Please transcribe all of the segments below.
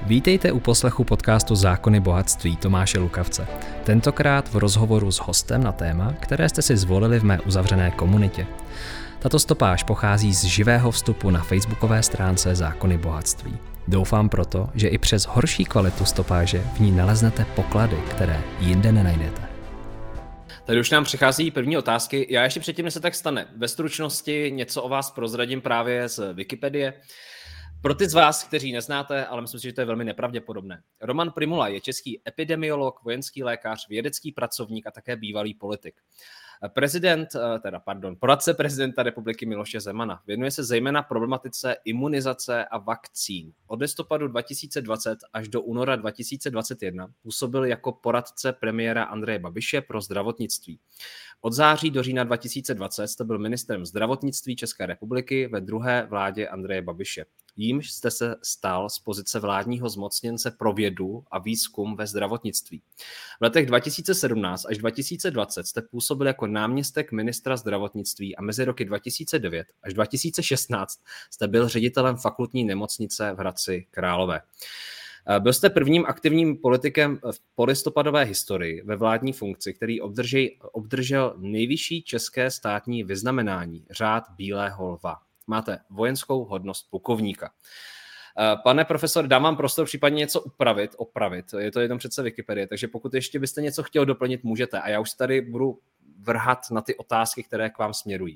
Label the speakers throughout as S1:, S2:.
S1: Vítejte u poslechu podcastu Zákony bohatství Tomáše Lukavce. Tentokrát v rozhovoru s hostem na téma, které jste si zvolili v mé uzavřené komunitě. Tato stopáž pochází z živého vstupu na facebookové stránce Zákony bohatství. Doufám proto, že i přes horší kvalitu stopáže v ní naleznete poklady, které jinde nenajdete. Tady už nám přichází první otázky. Já ještě předtím, než se tak stane, ve stručnosti něco o vás prozradím právě z Wikipedie. Pro ty z vás, kteří neznáte, ale myslím si, že to je velmi nepravděpodobné. Roman Prymula je český epidemiolog, vojenský lékař, vědecký pracovník a také bývalý politik. Poradce prezidenta republiky Miloše Zemana. Věnuje se zejména problematice imunizace a vakcín. Od listopadu 2020 až do února 2021 působil jako poradce premiéra Andreje Babiše pro zdravotnictví. Od září do října 2020 jste byl ministrem zdravotnictví České republiky ve druhé vládě Andreje Babiše. Jímž jste se stal z pozice vládního zmocněnce pro vědu a výzkum ve zdravotnictví. V letech 2017 až 2020 jste působil jako náměstek ministra zdravotnictví a mezi roky 2009 až 2016 jste byl ředitelem fakultní nemocnice v Hradci Králové. Byl jste prvním aktivním politikem v polistopadové historii ve vládní funkci, který obdržel nejvyšší české státní vyznamenání, Řád bílého lva. Máte vojenskou hodnost plukovníka. Pane profesor, dám vám prostor případně něco opravit. Je to jenom přece Wikipedie, takže pokud ještě byste něco chtěl doplnit, můžete. A já už tady budu vrhat na ty otázky, které k vám směrují.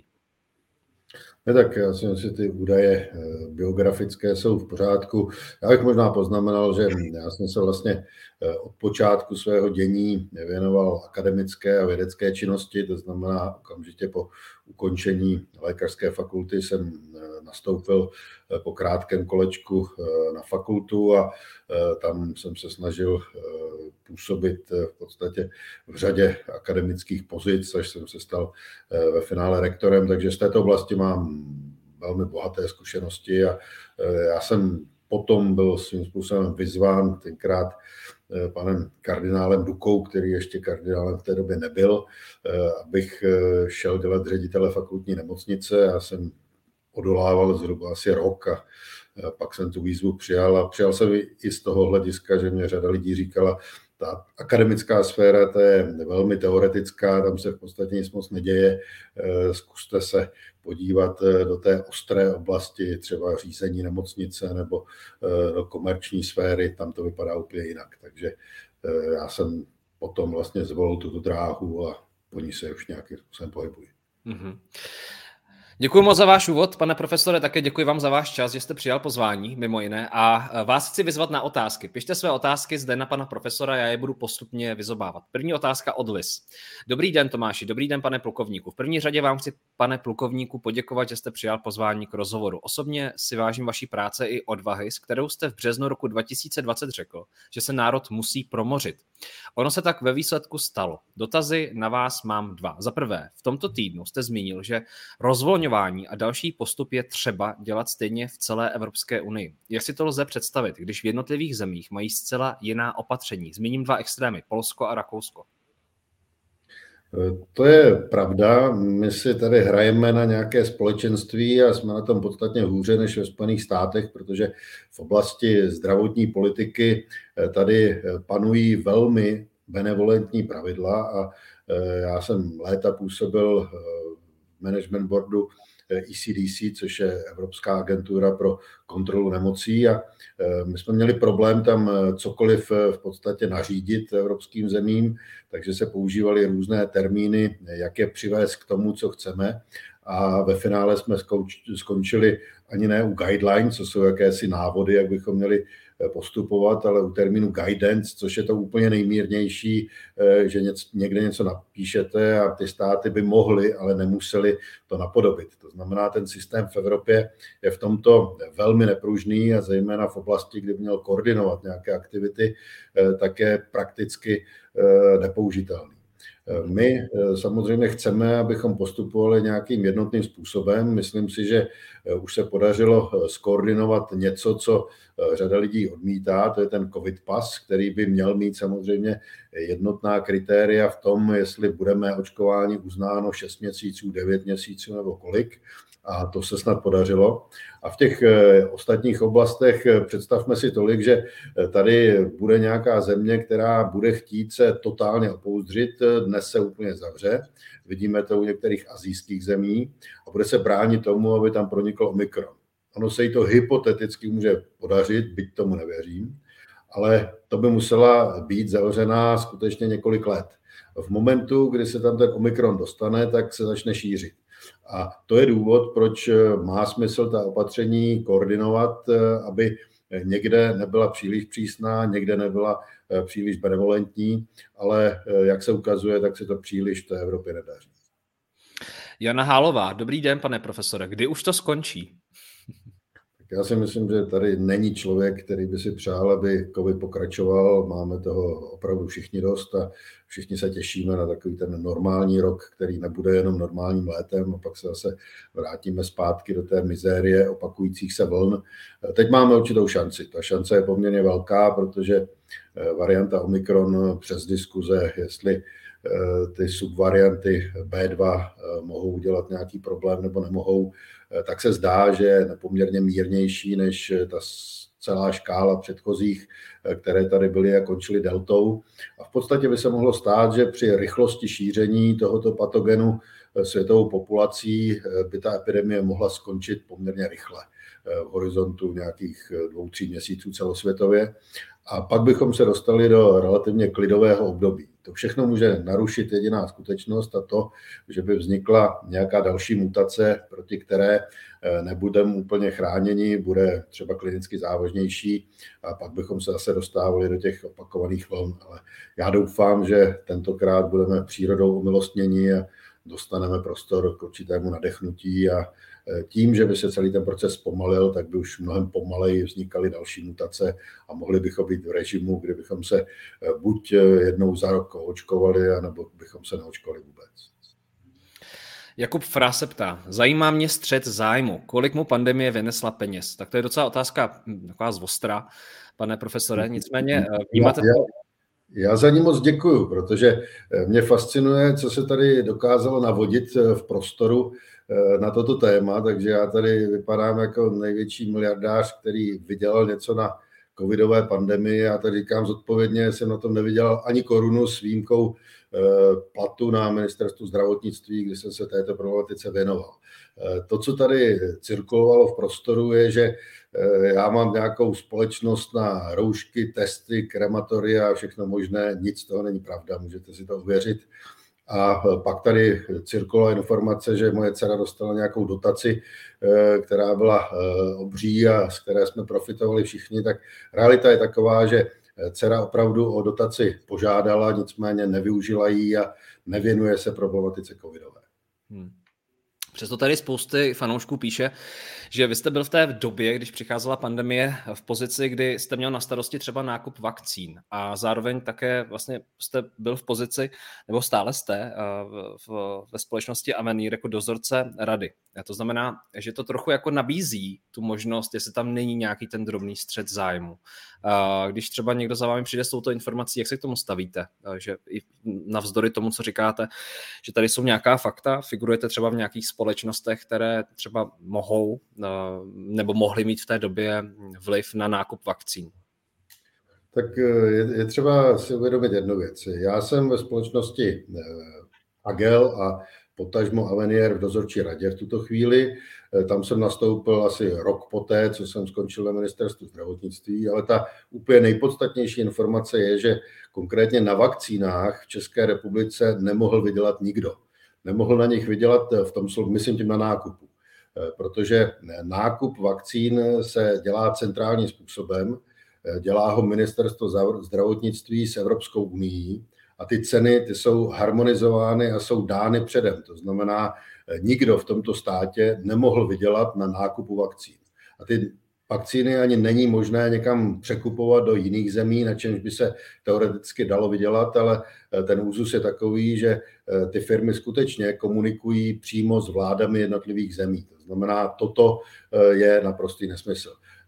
S2: Ne, tak já si myslím, že ty údaje biografické jsou v pořádku. Já bych možná poznamenal, že já jsem se vlastně od počátku svého dění věnoval akademické a vědecké činnosti, to znamená okamžitě po ukončení lékařské fakulty jsem nastoupil po krátkém kolečku na fakultu a tam jsem se snažil působit v podstatě v řadě akademických pozic, až jsem se stal ve finále rektorem, takže z této oblasti mám velmi bohaté zkušenosti a já jsem potom byl svým způsobem vyzván tenkrát panem kardinálem Dukou, který ještě kardinálem v té době nebyl, abych šel dělat ředitele fakultní nemocnice. Já jsem odolával zhruba asi rok a pak jsem tu výzvu přijal a přijal jsem i z toho hlediska, že mě řada lidí říkala, ta akademická sféra, to je velmi teoretická, tam se v podstatě nic moc neděje, zkuste se podívat do té ostré oblasti, třeba řízení nemocnice nebo do komerční sféry, tam to vypadá úplně jinak. Takže já jsem potom vlastně zvolil tuto dráhu a po ní se už nějakým způsobem pohybuji.
S1: Mm-hmm. Děkuji moc za váš úvod, pane profesore, také děkuji vám za váš čas, že jste přijal pozvání, mimo jiné, a vás chci vyzvat na otázky. Pište své otázky zde na pana profesora, já je budu postupně vyzobávat. První otázka od Liz. Dobrý den, Tomáši, dobrý den, pane plukovníku. V první řadě vám chci, pane plukovníku, poděkovat, že jste přijal pozvání k rozhovoru. Osobně si vážím vaší práce i odvahy, s kterou jste v březnu roku 2020 řekl, že se národ musí promořit. Ono se tak ve výsledku stalo. Dotazy na vás mám dva. Za prvé, v tomto týdnu jste zmínil, že rozvolňování a další postup je třeba dělat stejně v celé Evropské unii. Jak si to lze představit, když v jednotlivých zemích mají zcela jiná opatření? Zmíním dva extrémy, Polsko a Rakousko.
S2: To je pravda, my si tady hrajeme na nějaké společenství a jsme na tom podstatně hůře než ve Spojených státech, protože v oblasti zdravotní politiky tady panují velmi benevolentní pravidla a já jsem léta působil v management boardu ECDC, což je Evropská agentura pro kontrolu nemocí a my jsme měli problém tam cokoliv v podstatě nařídit evropským zemím, takže se používaly různé termíny, jak je přivést k tomu, co chceme a ve finále jsme skončili ani ne u guidelines, co jsou jakési návody, jak bychom měli postupovat, ale u termínu guidance, což je to úplně nejmírnější, že někde něco napíšete a ty státy by mohly, ale nemuseli to napodobit. To znamená, ten systém v Evropě je v tomto velmi nepružný a zejména v oblasti, kdy měl koordinovat nějaké aktivity, tak je prakticky nepoužitelný. My samozřejmě chceme, abychom postupovali nějakým jednotným způsobem. Myslím si, že už se podařilo skoordinovat něco, co řada lidí odmítá, to je ten COVID pas, který by měl mít samozřejmě jednotná kritéria v tom, jestli budeme očkování uznáno 6 měsíců, 9 měsíců nebo kolik. A to se snad podařilo. A v těch ostatních oblastech představme si tolik, že tady bude nějaká země, která bude chtít se totálně opouzdřit, dnes se úplně zavře. Vidíme to u některých asijských zemí a bude se bránit tomu, aby tam pronikl Omikron. Ono se jí to hypoteticky může podařit, byť tomu nevěřím, ale to by musela být zavřená skutečně několik let. V momentu, kdy se tam ten Omikron dostane, tak se začne šířit. A to je důvod, proč má smysl ta opatření koordinovat, aby někde nebyla příliš přísná, někde nebyla příliš benevolentní, ale jak se ukazuje, tak se to příliš v té Evropě nedaří.
S1: Jana Hálová, dobrý den, pane profesore. Kdy už to skončí?
S2: Já si myslím, že tady není člověk, který by si přál, aby covid pokračoval. Máme toho opravdu všichni dost a všichni se těšíme na takový ten normální rok, který nebude jenom normálním létem a pak se zase vrátíme zpátky do té mizérie opakujících se vln. Teď máme určitou šanci. Ta šance je poměrně velká, protože varianta Omikron přes diskuze, jestli ty subvarianty B2 mohou udělat nějaký problém nebo nemohou, tak se zdá, že je poměrně mírnější než ta celá škála předchozích, které tady byly a končily deltou. A v podstatě by se mohlo stát, že při rychlosti šíření tohoto patogenu světovou populací by ta epidemie mohla skončit poměrně rychle v horizontu nějakých 2-3 měsíců celosvětově. A pak bychom se dostali do relativně klidového období. To všechno může narušit jediná skutečnost a to, že by vznikla nějaká další mutace, proti které nebudeme úplně chráněni, bude třeba klinicky závažnější a pak bychom se zase dostávali do těch opakovaných vln. Ale já doufám, že tentokrát budeme přírodou omilostněni a dostaneme prostor k určitému nadechnutí a tím, že by se celý ten proces zpomalil, tak by už mnohem pomaleji vznikaly další mutace a mohli bychom být v režimu, kdy bychom se buď jednou za rok očkovali, anebo bychom se neočkovali vůbec.
S1: Jakub Frá se ptá, zajímá mě střet zájmu, kolik mu pandemie vynesla peněz? Tak to je docela otázka taková zvostra, pane profesore, nicméně vnímáte to?
S2: Já za ní moc děkuju, protože mě fascinuje, co se tady dokázalo navodit v prostoru na toto téma, takže já tady vypadám jako největší miliardář, který vydělal něco na covidové pandemii. Já tady říkám zodpovědně, jsem na tom nevydělal ani korunu s výjimkou platu na ministerstvu zdravotnictví, kdy jsem se této problematice věnoval. To, co tady cirkulovalo v prostoru, je, že já mám nějakou společnost na roušky, testy, krematoria a všechno možné. Nic z toho není pravda, můžete si to uvěřit. A pak tady cirkulovala informace, že moje dcera dostala nějakou dotaci, která byla obří a z které jsme profitovali všichni. Tak realita je taková, že dcera opravdu o dotaci požádala, nicméně nevyužila ji a nevěnuje se problematice covidové.
S1: Přesto tady spousty fanoušků píše, že vy jste byl v té době, když přicházela pandemie, v pozici, kdy jste měl na starosti třeba nákup vakcín a zároveň také vlastně jste byl v pozici, nebo stále jste ve společnosti Avenir jako dozorce rady. A to znamená, že to trochu jako nabízí tu možnost, jestli tam není nějaký ten drobný střet zájmu. Když třeba někdo za vámi přijde s touto informací, jak se k tomu stavíte? Že i navzdory tomu, co říkáte, že tady jsou nějaká fakta, figurujete třeba v nějakých společnostech, které třeba mohou nebo mohly mít v té době vliv na nákup vakcín?
S2: Tak je třeba si uvědomit jednu věc. Já jsem ve společnosti Agel a potažmo Avenir v dozorčí radě v tuto chvíli. Tam jsem nastoupil asi rok poté, co jsem skončil na ministerstvu zdravotnictví, ale ta úplně nejpodstatnější informace je, že konkrétně na vakcínách v České republice nemohl vydělat nikdo. Nemohl na nich vydělat v tom slovu, myslím tím na nákupu, protože nákup vakcín se dělá centrálním způsobem, dělá ho ministerstvo zdravotnictví s Evropskou unií a ty ceny ty jsou harmonizovány a jsou dány předem. To znamená, nikdo v tomto státě nemohl vydělat na nákupu vakcín. A ty vakcíny ani není možné někam překupovat do jiných zemí, na čemž by se teoreticky dalo vydělat, ale ten úzus je takový, že ty firmy skutečně komunikují přímo s vládami jednotlivých zemí. To znamená, toto je naprostý nesmysl.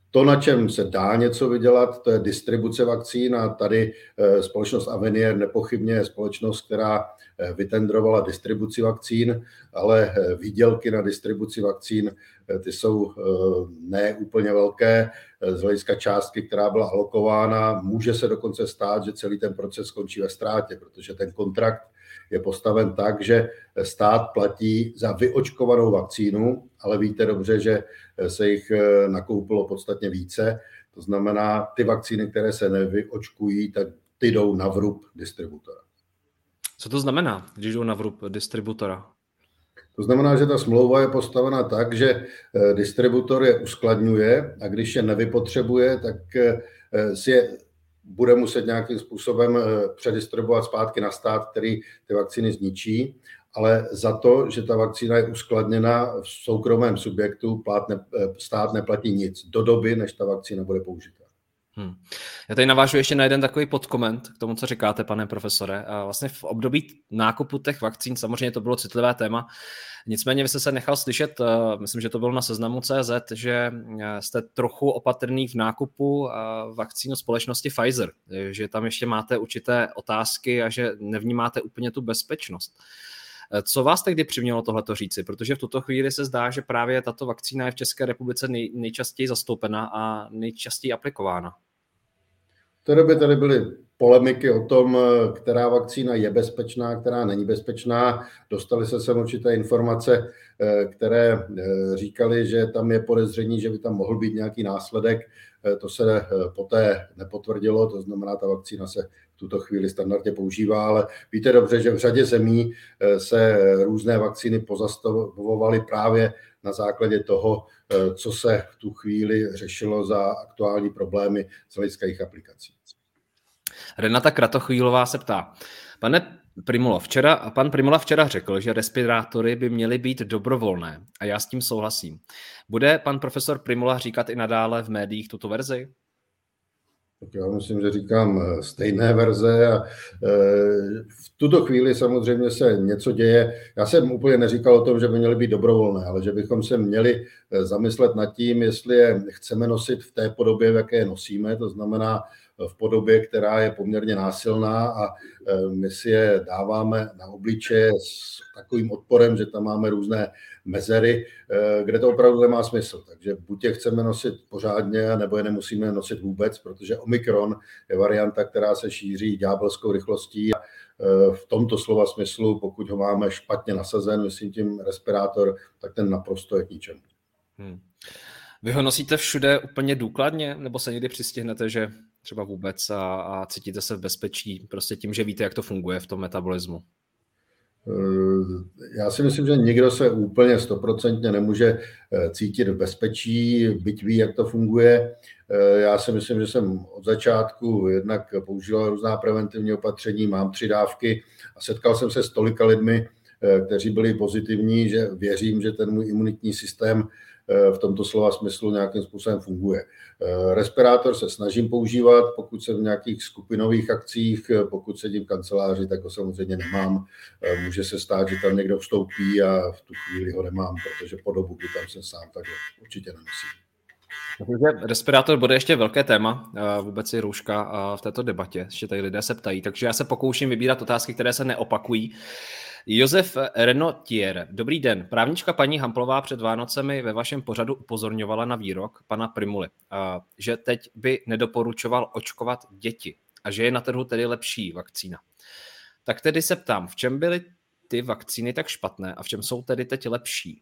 S2: To, na čem se dá něco vydělat, to je distribuce vakcín a tady společnost Avenier nepochybně je společnost, která vytendrovala distribuci vakcín, ale výdělky na distribuci vakcín, ty jsou ne úplně velké z hlediska částky, která byla alokována. Může se dokonce stát, že celý ten proces skončí ve ztrátě, protože ten kontrakt je postaven tak, že stát platí za vyočkovanou vakcínu, ale víte dobře, že se jich nakoupilo podstatně více. To znamená, ty vakcíny, které se nevyočkují, tak ty jdou na vrub distributora.
S1: Co to znamená, když jdou na vrub distributora?
S2: To znamená, že ta smlouva je postavena tak, že distributor je uskladňuje a když je nevypotřebuje, tak si je bude muset nějakým způsobem předistribuovat zpátky na stát, který ty vakcíny zničí, ale za to, že ta vakcína je uskladněna v soukromém subjektu, stát neplatí nic do doby, než ta vakcína bude použita.
S1: Já tady navážu ještě na jeden takový podkoment k tomu, co říkáte, pane profesore. A vlastně v období nákupu těch vakcín, samozřejmě to bylo citlivé téma, nicméně vy jste se nechal slyšet, myslím, že to bylo na Seznamu.cz, že jste trochu opatrný v nákupu vakcínu společnosti Pfizer, že tam ještě máte určité otázky a že nevnímáte úplně tu bezpečnost. Co vás tehdy přimělo tohleto říci? Protože v tuto chvíli se zdá, že právě tato vakcína je v České republice nejčastěji zastoupena a nejčastěji aplikována.
S2: V té době tady byly polemiky o tom, která vakcína je bezpečná, která není bezpečná. Dostaly se sem určité informace, které říkaly, že tam je podezření, že by tam mohl být nějaký následek. To se poté nepotvrdilo, to znamená, ta vakcína se v tuto chvíli standardně používá, ale víte dobře, že v řadě zemí se různé vakcíny pozastavovaly právě na základě toho, co se v tu chvíli řešilo za aktuální problémy z hlediska jejich aplikací.
S1: Renata Kratochvílová se ptá, pane Primulo, pan Primula včera řekl, že respirátory by měly být dobrovolné a já s tím souhlasím. Bude pan profesor Primula říkat i nadále v médiích tuto verzi?
S2: Tak já myslím, že říkám stejné verze a v tuto chvíli samozřejmě se něco děje. Já jsem úplně neříkal o tom, že by měly být dobrovolné, ale že bychom se měli zamyslet nad tím, jestli je chceme nosit v té podobě, v jaké je nosíme, to znamená v podobě, která je poměrně násilná a my si je dáváme na obličeje s takovým odporem, že tam máme různé mezery, kde to opravdu nemá smysl. Takže buď je chceme nosit pořádně, nebo je nemusíme nosit vůbec, protože Omikron je varianta, která se šíří ďábelskou rychlostí a v tomto slova smyslu, pokud ho máme špatně nasazen, myslím tím respirátor, tak ten naprosto je k ničemu.
S1: Vy ho nosíte všude úplně důkladně, nebo se někdy přistihnete, že třeba vůbec a cítíte se v bezpečí prostě tím, že víte, jak to funguje v tom metabolismu?
S2: Já si myslím, že nikdo se úplně 100% nemůže cítit v bezpečí, byť ví, jak to funguje. Já si myslím, že jsem od začátku jednak používal různá preventivní opatření, mám 3 dávky a setkal jsem se s tolika lidmi, kteří byli pozitivní, že věřím, že ten můj imunitní systém v tomto slova smyslu nějakým způsobem funguje. Respirátor se snažím používat, pokud jsem v nějakých skupinových akcích, pokud sedím v kanceláři, tak ho samozřejmě nemám. Může se stát, že tam někdo vstoupí a v tu chvíli ho nemám, protože po dobu, kdy tam jsem sám, tak ho určitě nenosím.
S1: Takže respirátor bude ještě velké téma, vůbec i rouška v této debatě, ještě tady lidé se ptají, takže já se pokouším vybírat otázky, které se neopakují. Josef Renotier, dobrý den. Právnička paní Hamplová před Vánocemi ve vašem pořadu upozorňovala na výrok pana Primuly, že teď by nedoporučoval očkovat děti a že je na trhu tedy lepší vakcína. Tak tedy se ptám, v čem byly ty vakcíny tak špatné a v čem jsou tedy teď lepší?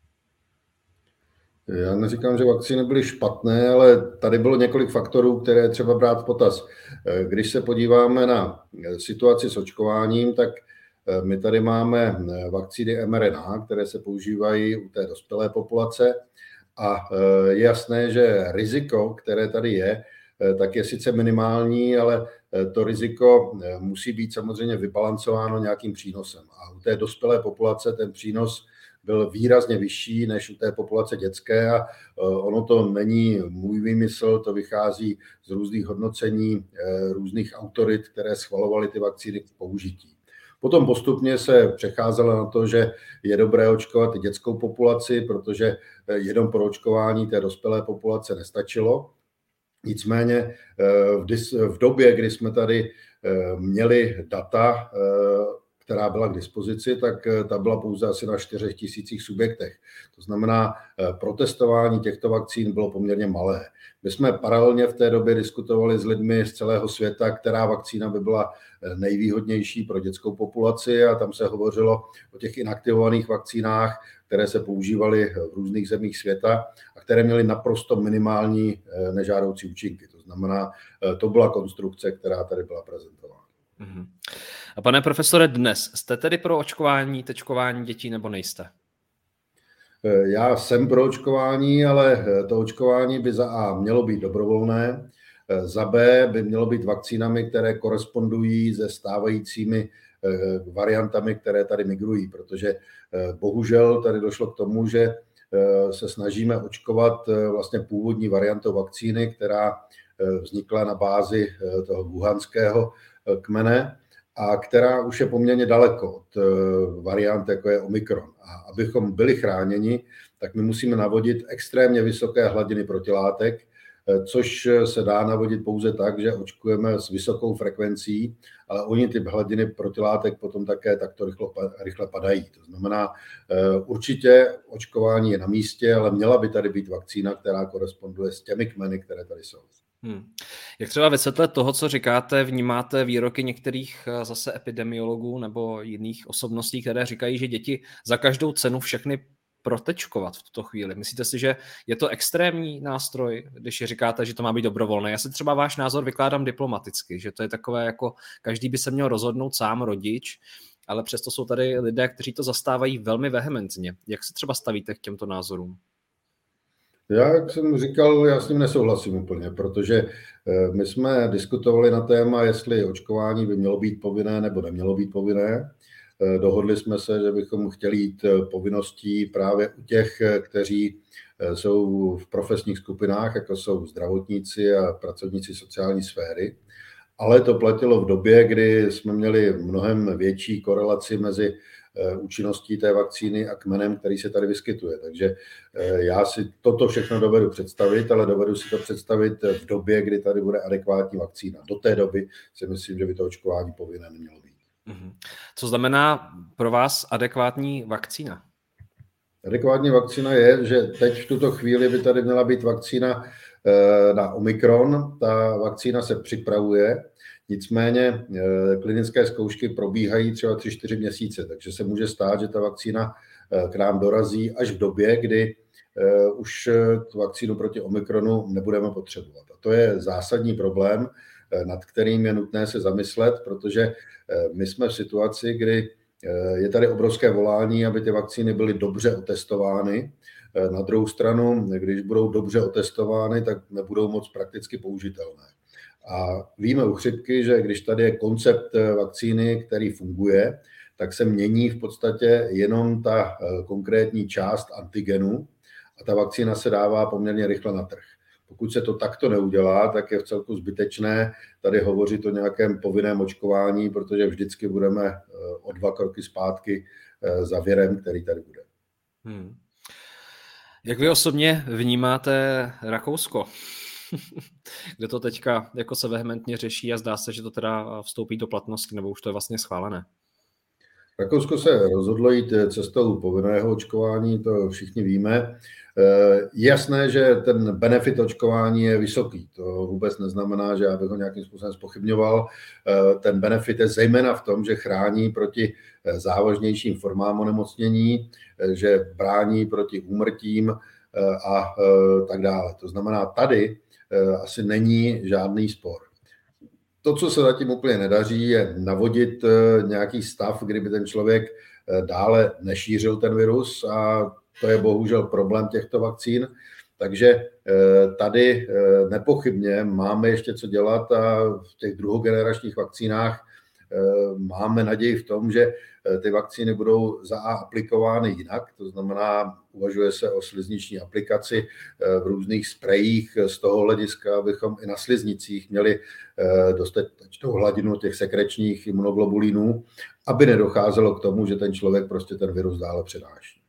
S2: Já neříkám, že vakcíny byly špatné, ale tady bylo několik faktorů, které třeba brát v potaz. Když se podíváme na situaci s očkováním, tak my tady máme vakcíny mRNA, které se používají u té dospělé populace a je jasné, že riziko, které tady je, tak je sice minimální, ale to riziko musí být samozřejmě vybalancováno nějakým přínosem. A u té dospělé populace ten přínos byl výrazně vyšší než u té populace dětské a ono to není můj výmysl, to vychází z různých hodnocení různých autorit, které schvalovaly ty vakcíny k použití. Potom postupně se přecházelo na to, že je dobré očkovat i dětskou populaci, protože jenom pro očkování té dospělé populace nestačilo. Nicméně v době, kdy jsme tady měli data, která byla k dispozici, tak ta byla pouze asi na 4 000 subjektech. To znamená, protestování těchto vakcín bylo poměrně malé. My jsme paralelně v té době diskutovali s lidmi z celého světa, která vakcína by byla nejvýhodnější pro dětskou populaci, a tam se hovořilo o těch inaktivovaných vakcínách, které se používaly v různých zemích světa a které měly naprosto minimální nežádoucí účinky. To znamená, to byla konstrukce, která tady byla prezentována.
S1: A pane profesore, dnes jste tedy pro očkování, tečkování dětí, nebo nejste?
S2: Já jsem pro očkování, ale to očkování by za A mělo být dobrovolné, za B by mělo být vakcínami, které korespondují se stávajícími variantami, které tady migrují, protože bohužel tady došlo k tomu, že se snažíme očkovat vlastně původní variantou vakcíny, která vznikla na bázi toho wuhanského kmene a která už je poměrně daleko od variant, jako je Omikron. A abychom byli chráněni, tak my musíme navodit extrémně vysoké hladiny protilátek, což se dá navodit pouze tak, že očkujeme s vysokou frekvencí, ale oni ty hladiny protilátek potom také takto rychle padají. To znamená, určitě očkování je na místě, ale měla by tady být vakcína, která koresponduje s těmi kmeny, které tady jsou.
S1: Jak třeba ve světle toho, co říkáte, vnímáte výroky některých zase epidemiologů nebo jiných osobností, které říkají, že děti za každou cenu všechny protečkovat v tuto chvíli? Myslíte si, že je to extrémní nástroj, když říkáte, že to má být dobrovolné? Já si třeba váš názor vykládám diplomaticky, že to je takové jako každý by se měl rozhodnout sám rodič, ale přesto jsou tady lidé, kteří to zastávají velmi vehementně. Jak se třeba stavíte k těmto názorům?
S2: Já, jak jsem říkal, já s ním nesouhlasím úplně, protože my jsme diskutovali na téma, jestli očkování by mělo být povinné nebo nemělo být povinné. Dohodli jsme se, že bychom chtěli jít povinností právě u těch, kteří jsou v profesních skupinách, jako jsou zdravotníci a pracovníci sociální sféry. Ale to platilo v době, kdy jsme měli mnohem větší korelaci mezi účinností té vakcíny a kmenem, který se tady vyskytuje. Takže já si toto všechno dovedu představit, ale dovedu si to představit v době, kdy tady bude adekvátní vakcína. Do té doby si myslím, že by to očkování povinné nemělo být.
S1: Co znamená pro vás adekvátní vakcína?
S2: Adekvátní vakcína je, že teď v tuto chvíli by tady měla být vakcína na Omikron. Ta vakcína se připravuje, nicméně klinické zkoušky probíhají třeba 3-4 měsíce, takže se může stát, že ta vakcína k nám dorazí až v době, kdy už tu vakcínu proti Omikronu nebudeme potřebovat. A to je zásadní problém, nad kterým je nutné se zamyslet, protože my jsme v situaci, kdy je tady obrovské volání, aby ty vakcíny byly dobře otestovány. Na druhou stranu, když budou dobře otestovány, tak nebudou moc prakticky použitelné. A víme u chřipky, že když tady je koncept vakcíny, který funguje, tak se mění v podstatě jenom ta konkrétní část antigenu a ta vakcína se dává poměrně rychle na trh. Pokud se to takto neudělá, tak je v celku zbytečné tady hovořit o nějakém povinném očkování, protože vždycky budeme o 2 kroky zpátky za virem, který tady bude.
S1: Jak vy osobně vnímáte Rakousko, kde to teďka jako se vehementně řeší a zdá se, že to teda vstoupí do platnosti, nebo už to je vlastně schválené?
S2: Rakousko se rozhodlo jít cestou povinného očkování, to všichni víme. Je jasné, že ten benefit očkování je vysoký. To vůbec neznamená, že já bych ho nějakým způsobem zpochybňoval. Ten benefit je zejména v tom, že chrání proti závažnějším formám onemocnění, že brání proti úmrtím a tak dále. To znamená, tady asi není žádný spor. To, co se zatím úplně nedaří, je navodit nějaký stav, kdyby ten člověk dále nešířil ten virus, a to je bohužel problém těchto vakcín. Takže tady nepochybně máme ještě co dělat a v těch druhogeneračních vakcínách máme naději v tom, že ty vakcíny budou aplikovány jinak, to znamená, uvažuje se o slizniční aplikaci v různých sprejích z toho hlediska, abychom i na sliznicích měli dostatečnou hladinu těch sekrečních imunoglobulinů, aby nedocházelo k tomu, že ten člověk prostě ten virus dále přenáší.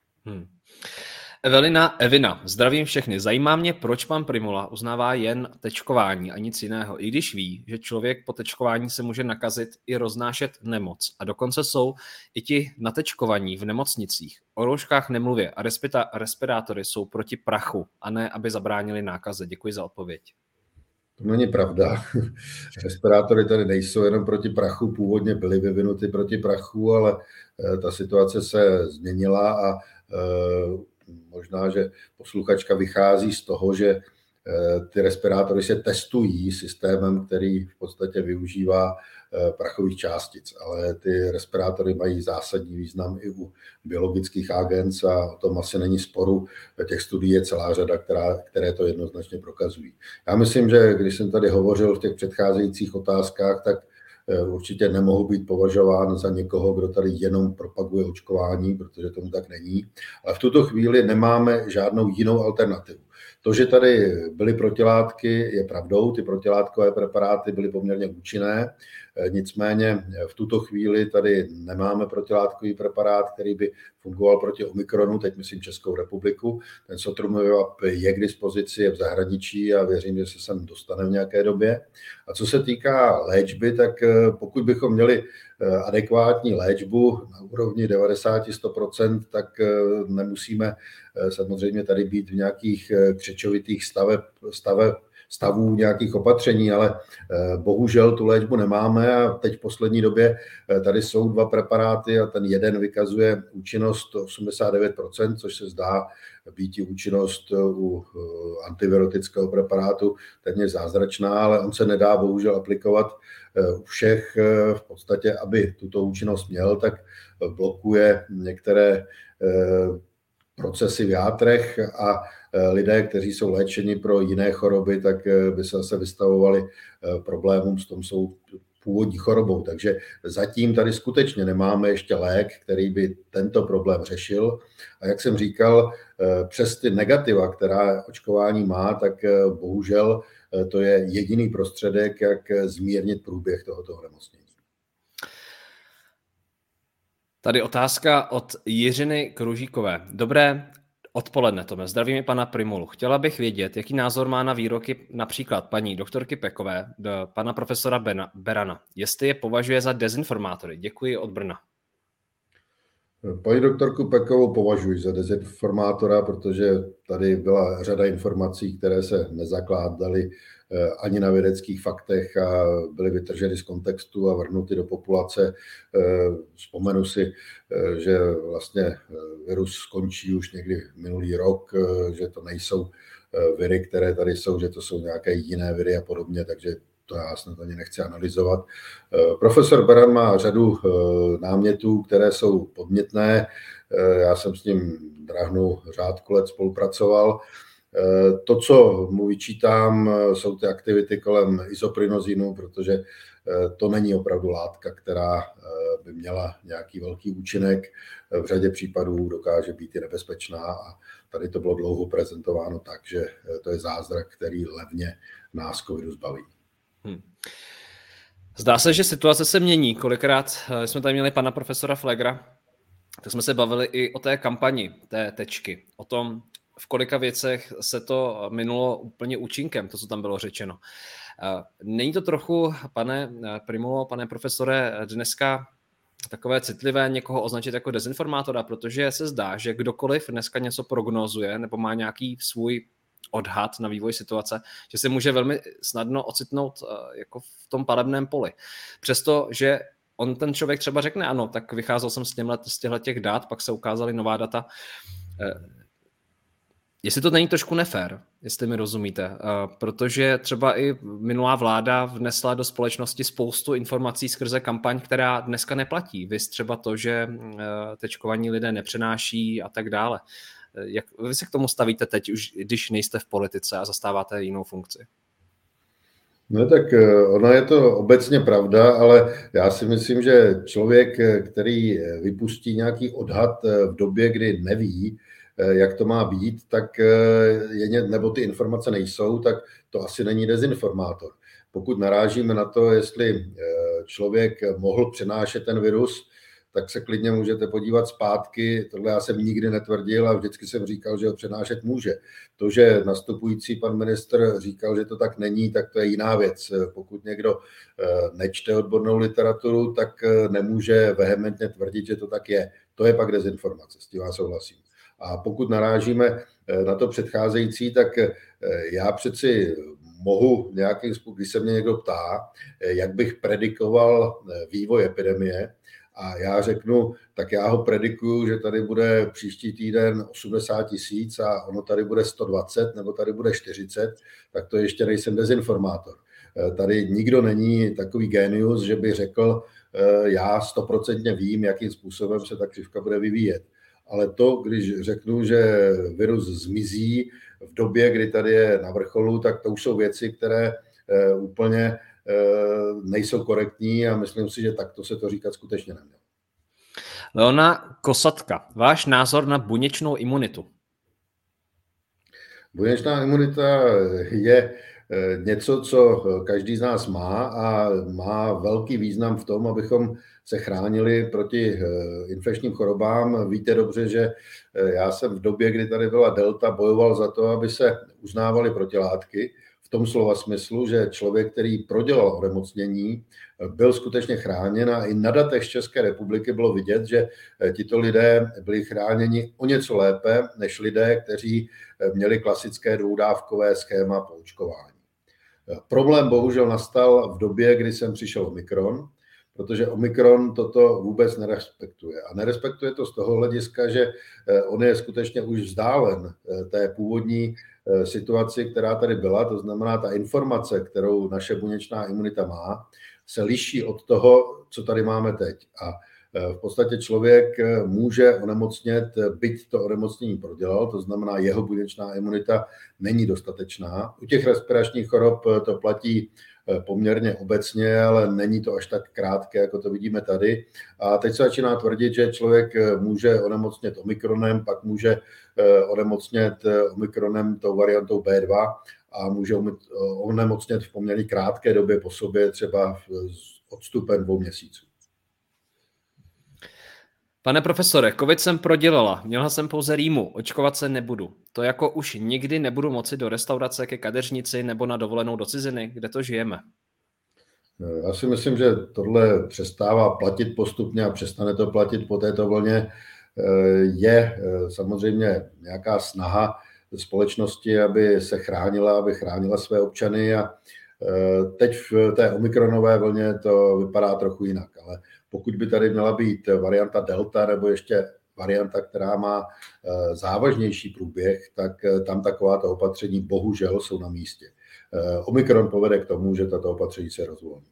S1: Evina, zdravím všechny. Zajímá mě, proč pan Prymula uznává jen tečkování a nic jiného, i když ví, že člověk po tečkování se může nakazit i roznášet nemoc. A dokonce jsou i ti natečkovaní v nemocnicích. O rouškách nemluvě a respirátory jsou proti prachu a ne, aby zabránili nákaze. Děkuji za odpověď.
S2: To není pravda. Respirátory tady nejsou jenom proti prachu, původně byly vyvinuty proti prachu, ale ta situace se změnila a možná, že posluchačka vychází z toho, že ty respirátory se testují systémem, který v podstatě využívá prachových částic, ale ty respirátory mají zásadní význam i u biologických agens a o tom asi není sporu. Těch studií je celá řada, které to jednoznačně prokazují. Já myslím, že když jsem tady hovořil v těch předcházejících otázkách, tak určitě nemohu být považován za někoho, kdo tady jenom propaguje očkování, protože tomu tak není. Ale v tuto chvíli nemáme žádnou jinou alternativu. To, že tady byly protilátky, je pravdou, ty protilátkové preparáty byly poměrně účinné, nicméně v tuto chvíli tady nemáme protilátkový preparát, který by fungoval proti Omikronu, teď myslím Českou republiku. Ten Sotrovimab je k dispozici, je v zahraničí a věřím, že se sem dostane v nějaké době. A co se týká léčby, tak pokud bychom měli adekvátní léčbu na úrovni 90-100%, tak nemusíme samozřejmě tady být v nějakých křečovitých stavů nějakých opatření, ale bohužel tu léčbu nemáme a teď v poslední době tady jsou 2 preparáty a ten jeden vykazuje účinnost 89%, což se zdá být účinnost u antivirotického preparátu téměř zázračná, ale on se nedá bohužel aplikovat u všech. V podstatě, aby tuto účinnost měl, tak blokuje některé procesy v játrech a lidé, kteří jsou léčeni pro jiné choroby, tak by se zase vystavovali problémům s tom jsou původní chorobou. Takže zatím tady skutečně nemáme ještě lék, který by tento problém řešil. A jak jsem říkal, přes ty negativa, která očkování má, tak bohužel to je jediný prostředek, jak zmírnit průběh tohoto onemocnění.
S1: Tady otázka od Jiřiny Kružíkové. Dobré odpoledne, Tome. Zdravím pana Prymulu. Chtěla bych vědět, jaký názor má na výroky například paní doktorky Pekové, pana profesora Berana. Jestli je považuje za dezinformátory. Děkuji od Brna.
S2: Paní doktorku Pekovou považuji za dezinformátora, protože tady byla řada informací, které se nezakládaly ani na vědeckých faktech a byly vytrženy z kontextu a vrhnuty do populace. Vzpomenu si, že vlastně virus skončí už někdy minulý rok, že to nejsou viry, které tady jsou, že to jsou nějaké jiné viry a podobně, takže to já snad ani nechci analyzovat. Profesor Beran má řadu námětů, které jsou podnětné. Já jsem s ním drahnou řádku let spolupracoval. To, co mu vyčítám, jsou ty aktivity kolem izoprinozinu, protože to není opravdu látka, která by měla nějaký velký účinek. V řadě případů dokáže být i nebezpečná a tady to bylo dlouho prezentováno tak, že to je zázrak, který levně nás covidu zbaví.
S1: Zdá se, že situace se mění. Kolikrát jsme tady měli pana profesora Flegra, tak jsme se bavili i o té kampani, té tečky, o tom, v kolika věcech se to minulo úplně účinkem, to, co tam bylo řečeno. Není to trochu, pane Prymulo, pane profesore, dneska takové citlivé někoho označit jako dezinformátora, protože se zdá, že kdokoliv dneska něco prognozuje nebo má nějaký svůj odhad na vývoj situace, že se může velmi snadno ocitnout jako v tom palebném poli. Přestože on ten člověk třeba řekne, ano, tak vycházel jsem z těchto dat, pak se ukázaly nová data. Jestli to není trošku nefér, jestli mi rozumíte, protože třeba i minulá vláda vnesla do společnosti spoustu informací skrze kampaň, která dneska neplatí. Viz třeba to, že tečkovaní lidé nepřenáší a tak dále. Jak vy se k tomu stavíte teď, už když nejste v politice a zastáváte jinou funkci?
S2: No tak ono je to obecně pravda, ale já si myslím, že člověk, který vypustí nějaký odhad v době, kdy neví, jak to má být, tak nebo ty informace nejsou, tak to asi není dezinformátor. Pokud narážíme na to, jestli člověk mohl přenášet ten virus, tak se klidně můžete podívat zpátky. Tohle já jsem nikdy netvrdil a vždycky jsem říkal, že ho přenášet může. To, že nastupující pan ministr říkal, že to tak není, tak to je jiná věc. Pokud někdo nečte odbornou literaturu, tak nemůže vehementně tvrdit, že to tak je. To je pak dezinformace, s tím já souhlasím. A pokud narážíme na to předcházející, tak já přeci mohu nějakým způsobem, když se mě někdo ptá, jak bych predikoval vývoj epidemie, a já řeknu, tak já ho predikuju, že tady bude příští týden 80 000 a ono tady bude 120 nebo tady bude 40, tak to ještě nejsem dezinformátor. Tady nikdo není takový génius, že by řekl, já 100% vím, jakým způsobem se ta křivka bude vyvíjet. Ale to, když řeknu, že virus zmizí v době, kdy tady je na vrcholu, tak to už jsou věci, které úplně nejsou korektní a myslím si, že takto se to říkat skutečně nemělo.
S1: Leona Kosatka, váš názor na buněčnou imunitu?
S2: Buněčná imunita je něco, co každý z nás má a má velký význam v tom, abychom se chránili proti infekčním chorobám. Víte dobře, že já jsem v době, kdy tady byla delta, bojoval za to, aby se uznávaly protilátky, v tom slova smyslu, že člověk, který prodělal onemocnění, byl skutečně chráněn a i na datech z České republiky bylo vidět, že tito lidé byli chráněni o něco lépe než lidé, kteří měli klasické dvoudávkové schéma po očkování. Problém bohužel nastal v době, kdy sem přišel Omikron, protože Omikron toto vůbec nerespektuje. A nerespektuje to z toho hlediska, že on je skutečně už vzdálen té původní situaci, která tady byla, to znamená ta informace, kterou naše buněčná imunita má, se liší od toho, co tady máme teď. A v podstatě člověk může onemocnět, byť to onemocnění prodělal, to znamená, jeho buněčná imunita není dostatečná. U těch respiračních chorob to platí poměrně obecně, ale není to až tak krátké, jako to vidíme tady. A teď se začíná tvrdit, že člověk může onemocnět Omikronem, pak může onemocnět Omikronem tou variantou B2 a může onemocnět v poměrně krátké době po sobě, třeba s odstupem 2 měsíců.
S1: Pane profesore, covid jsem prodělala, měla jsem pouze rýmu, očkovat se nebudu. To jako už nikdy nebudu moci do restaurace ke kadeřnici nebo na dovolenou do ciziny, kde to žijeme?
S2: Já si myslím, že tohle přestává platit postupně a přestane to platit po této vlně. Je samozřejmě nějaká snaha společnosti, aby se chránila, aby chránila své občany a teď v té omikronové vlně to vypadá trochu jinak, ale pokud by tady měla být varianta delta nebo ještě varianta, která má závažnější průběh, tak tam takováto opatření bohužel jsou na místě. Omikron povede k tomu, že tato opatření se rozvolní.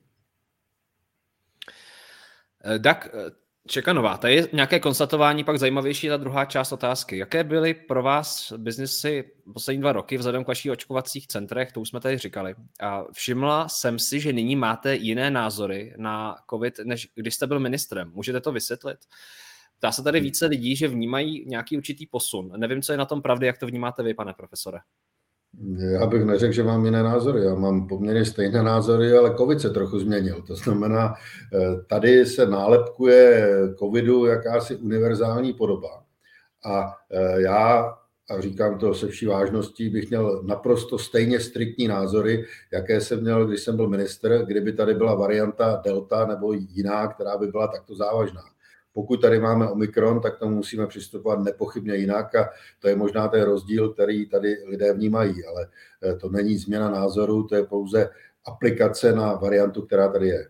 S1: Tak, Čekanová, tady je nějaké konstatování, pak zajímavější ta druhá část otázky. Jaké byly pro vás biznesy poslední 2 roky vzhledem k vašich očkovacích centrech, to už jsme tady říkali. A všimla jsem si, že nyní máte jiné názory na COVID, než když jste byl ministrem. Můžete to vysvětlit? Dá se tady více lidí, že vnímají nějaký určitý posun. Nevím, co je na tom pravdy, jak to vnímáte vy, pane profesore.
S2: Já bych neřekl, že mám jiné názory. Já mám poměrně stejné názory, ale covid se trochu změnil. To znamená, tady se nálepkuje covidu jakási univerzální podoba. A já, a říkám to se vší vážností, bych měl naprosto stejně striktní názory, jaké jsem měl, když jsem byl ministr, kdyby tady byla varianta delta nebo jiná, která by byla takto závažná. Pokud tady máme Omikron, tak tomu musíme přistupovat nepochybně jinak a to je možná ten rozdíl, který tady lidé vnímají, ale to není změna názoru, to je pouze aplikace na variantu, která tady je.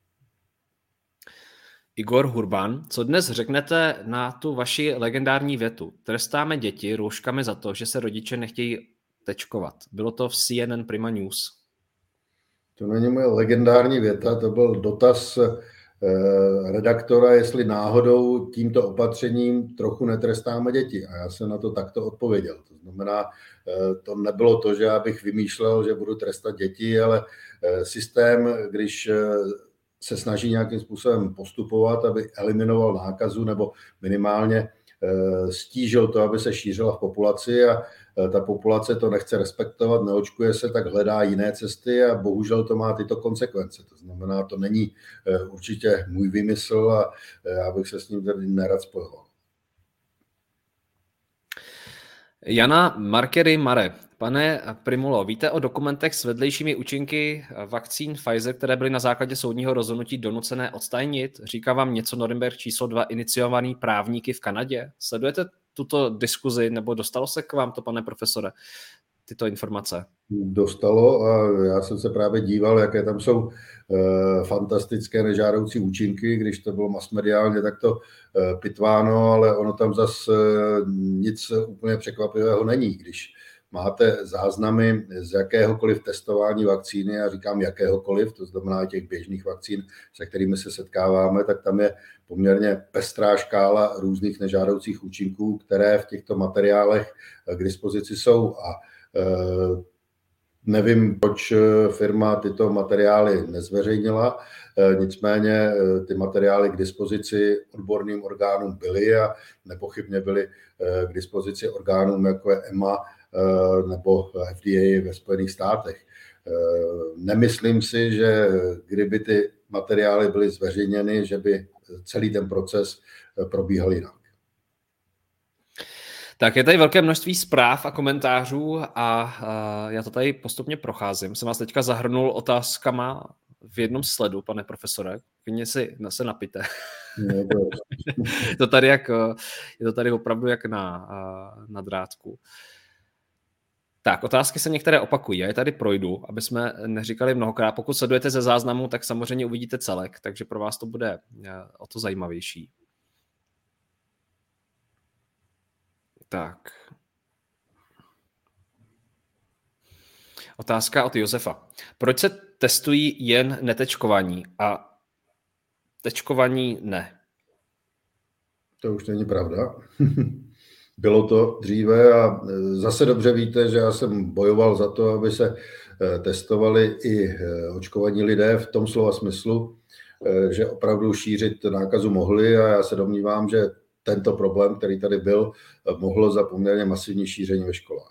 S1: Igor Hurban, co dnes řeknete na tu vaši legendární větu? Trestáme děti rouškami za to, že se rodiče nechtějí tečkovat. Bylo to v CNN Prima News.
S2: To není moje legendární věta, to byl dotaz redaktora, jestli náhodou tímto opatřením trochu netrestáme děti. A já jsem na to takto odpověděl. To znamená, to nebylo to, že já bych vymýšlel, že budu trestat děti, ale systém, když se snaží nějakým způsobem postupovat, aby eliminoval nákazu nebo minimálně stížil to, aby se šířila v populaci a ta populace to nechce respektovat, neočkuje se, tak hledá jiné cesty a bohužel to má tyto konsekvence. To znamená, to není určitě můj výmysl a já bych se s ním tady nerad spojoval.
S1: Jana Markery Mare. Pane Primulo, víte o dokumentech s vedlejšími účinky vakcín Pfizer, které byly na základě soudního rozhodnutí donucené odstranit? Říká vám něco Norimberg číslo 2 iniciovaný právníky v Kanadě? Sledujete tuto diskuzi, nebo dostalo se k vám to, pane profesore, tyto informace?
S2: Dostalo a já jsem se právě díval, jaké tam jsou fantastické nežádoucí účinky, když to bylo masmediálně takto pitváno, ale ono tam zas nic úplně překvapivého není, když máte záznamy z jakéhokoliv testování vakcíny, já říkám jakéhokoliv, to znamená těch běžných vakcín, se kterými se setkáváme, tak tam je poměrně pestrá škála různých nežádoucích účinků, které v těchto materiálech k dispozici jsou a nevím, proč firma tyto materiály nezveřejnila, nicméně ty materiály k dispozici odborným orgánům byly a nepochybně byly k dispozici orgánům, jako je EMA nebo FDA ve Spojených státech. Nemyslím si, že kdyby ty materiály byly zveřejněny, že by celý ten proces probíhal jinak.
S1: Tak je tady velké množství zpráv a komentářů a já to tady postupně procházím. Jsem vás teďka zahrnul otázkama v jednom sledu, pane profesore. Klidně si se napijte. Je to tady opravdu jak na drátku. Tak, otázky se některé opakují. Já je tady projdu, aby jsme neříkali mnohokrát. Pokud sledujete ze záznamu, tak samozřejmě uvidíte celek, takže pro vás to bude o to zajímavější. Tak. Otázka od Josefa. Proč se testují jen netečkovaní a tečkovaní ne?
S2: To už není pravda. Bylo to dříve a zase dobře víte, že já jsem bojoval za to, aby se testovali i očkovaní lidé v tom slova smyslu, že opravdu šířit nákazu mohli a já se domnívám, že tento problém, který tady byl, mohl za poměrně masivní šíření ve školách.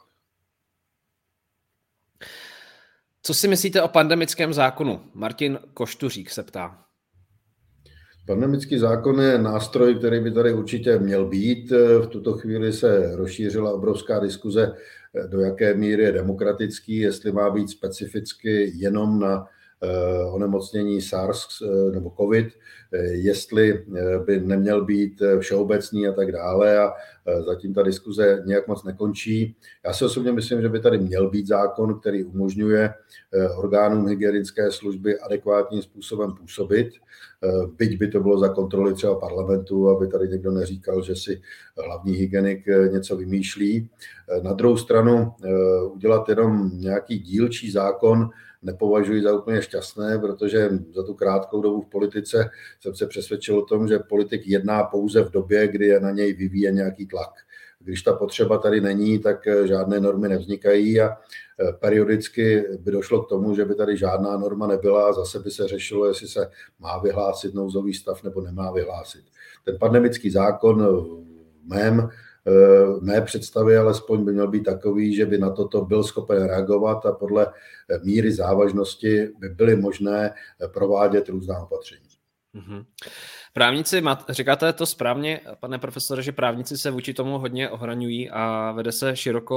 S1: Co si myslíte o pandemickém zákonu? Martin Koštuřík se ptá.
S2: Pandemický zákon je nástroj, který by tady určitě měl být. V tuto chvíli se rozšířila obrovská diskuze, do jaké míry je demokratický, jestli má být specificky jenom na onemocnění SARS nebo COVID, jestli by neměl být všeobecný a tak dále a zatím ta diskuze nějak moc nekončí. Já si osobně myslím, že by tady měl být zákon, který umožňuje orgánům hygienické služby adekvátním způsobem působit, byť by to bylo za kontroly třeba parlamentu, aby tady někdo neříkal, že si hlavní hygienik něco vymýšlí. Na druhou stranu udělat jenom nějaký dílčí zákon nepovažuji za úplně šťastné, protože za tu krátkou dobu v politice jsem se přesvědčil o tom, že politik jedná pouze v době, kdy je na něj vyvíjen nějaký tlak. Když ta potřeba tady není, tak žádné normy nevznikají a periodicky by došlo k tomu, že by tady žádná norma nebyla a zase by se řešilo, jestli se má vyhlásit nouzový stav nebo nemá vyhlásit. Ten pandemický zákon v mé představě alespoň by měl být takový, že by na toto byl schopen reagovat a podle míry závažnosti by byly možné provádět různá opatření.
S1: Mm-hmm. Právníci, říkáte to správně, pane profesore, že právníci se vůči tomu hodně ohraňují a vede se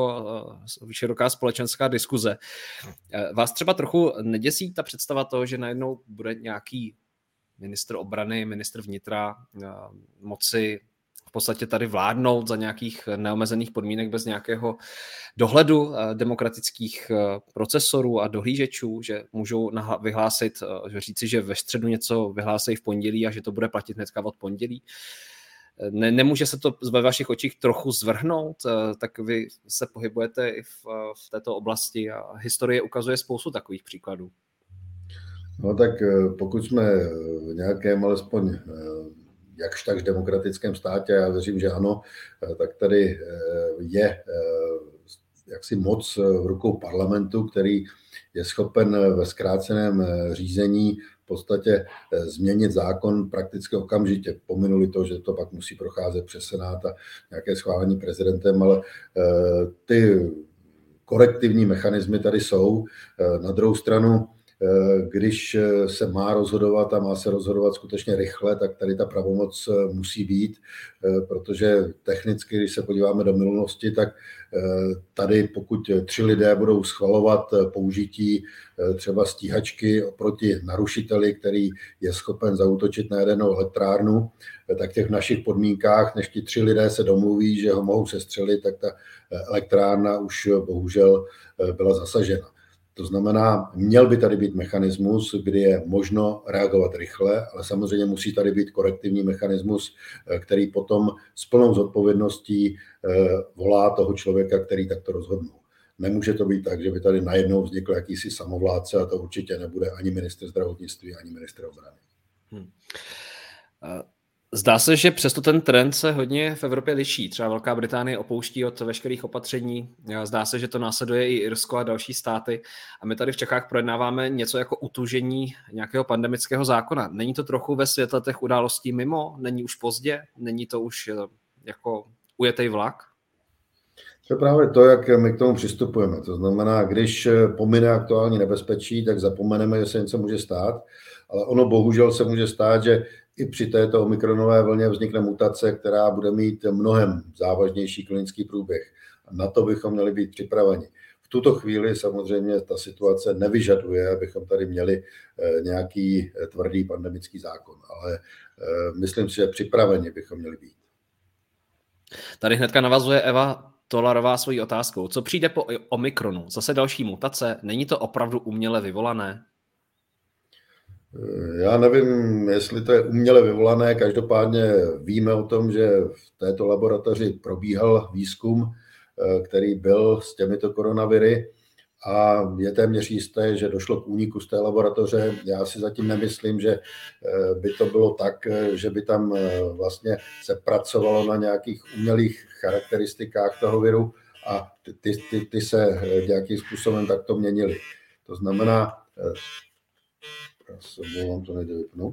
S1: široká společenská diskuze. Vás třeba trochu neděsí ta představa toho, že najednou bude nějaký ministr obrany, ministr vnitra moci v podstatě tady vládnout za nějakých neomezených podmínek bez nějakého dohledu demokratických procesorů a dohlížečů, že můžou vyhlásit, říci, že ve středu něco vyhlásí v pondělí a že to bude platit hnedka od pondělí. Nemůže se to ve vašich očích trochu zvrhnout? Tak vy se pohybujete i v této oblasti a historie ukazuje spoustu takových příkladů.
S2: No tak pokud jsme v nějakém alespoň jakž tak demokratickém státě, já věřím, že ano, tak tady je jaksi moc v rukou parlamentu, který je schopen ve zkráceném řízení v podstatě změnit zákon prakticky okamžitě. Pominuli to, že to pak musí procházet přes Senát a nějaké schválení prezidentem, ale ty korektivní mechanismy tady jsou. Na druhou stranu, když se má rozhodovat a má se rozhodovat skutečně rychle, tak tady ta pravomoc musí být, protože technicky, když se podíváme do minulosti, tak tady pokud 3 lidé budou schvalovat použití třeba stíhačky oproti narušiteli, který je schopen zaútočit na jadernou elektrárnu, tak v těch našich podmínkách, než ti 3 lidé se domluví, že ho mohou sestřelit, tak ta elektrárna už bohužel byla zasažena. To znamená, měl by tady být mechanismus, kdy je možno reagovat rychle, ale samozřejmě musí tady být korektivní mechanismus, který potom s plnou zodpovědností volá toho člověka, který takto rozhodnul. Nemůže to být tak, že by tady najednou vznikl jakýsi samovládce a to určitě nebude ani ministr zdravotnictví, ani ministr obrany.
S1: Zdá se, že přesto ten trend se hodně v Evropě liší. Třeba Velká Británie opouští od veškerých opatření. Zdá se, že to následuje i Irsko a další státy. A my tady v Čechách projednáváme něco jako utužení nějakého pandemického zákona. Není to trochu ve světle těch událostí mimo? Není už pozdě? Není to už jako ujetej vlak?
S2: To je právě to, jak my k tomu přistupujeme. To znamená, když pomine aktuální nebezpečí, tak zapomeneme, že se něco může stát, ale ono bohužel se může stát, že i při této omikronové vlně vznikne mutace, která bude mít mnohem závažnější klinický průběh. A na to bychom měli být připraveni. V tuto chvíli samozřejmě ta situace nevyžaduje, abychom tady měli nějaký tvrdý pandemický zákon, ale myslím si, že připraveni bychom měli být.
S1: Tady hnedka navazuje Eva Tolarová svojí otázkou. Co přijde po Omikronu? Zase další mutace? Není to opravdu uměle vyvolané?
S2: Já nevím, jestli to je uměle vyvolané, každopádně víme o tom, že v této laboratoři probíhal výzkum, který byl s těmito koronaviry a je téměř jisté, že došlo k úniku z té laboratoře. Já si zatím nemyslím, že by to bylo tak, že by tam vlastně se pracovalo na nějakých umělých charakteristikách toho viru a ty se nějakým způsobem takto měnily. To znamená, já se omlouvám, to nejde vypnout.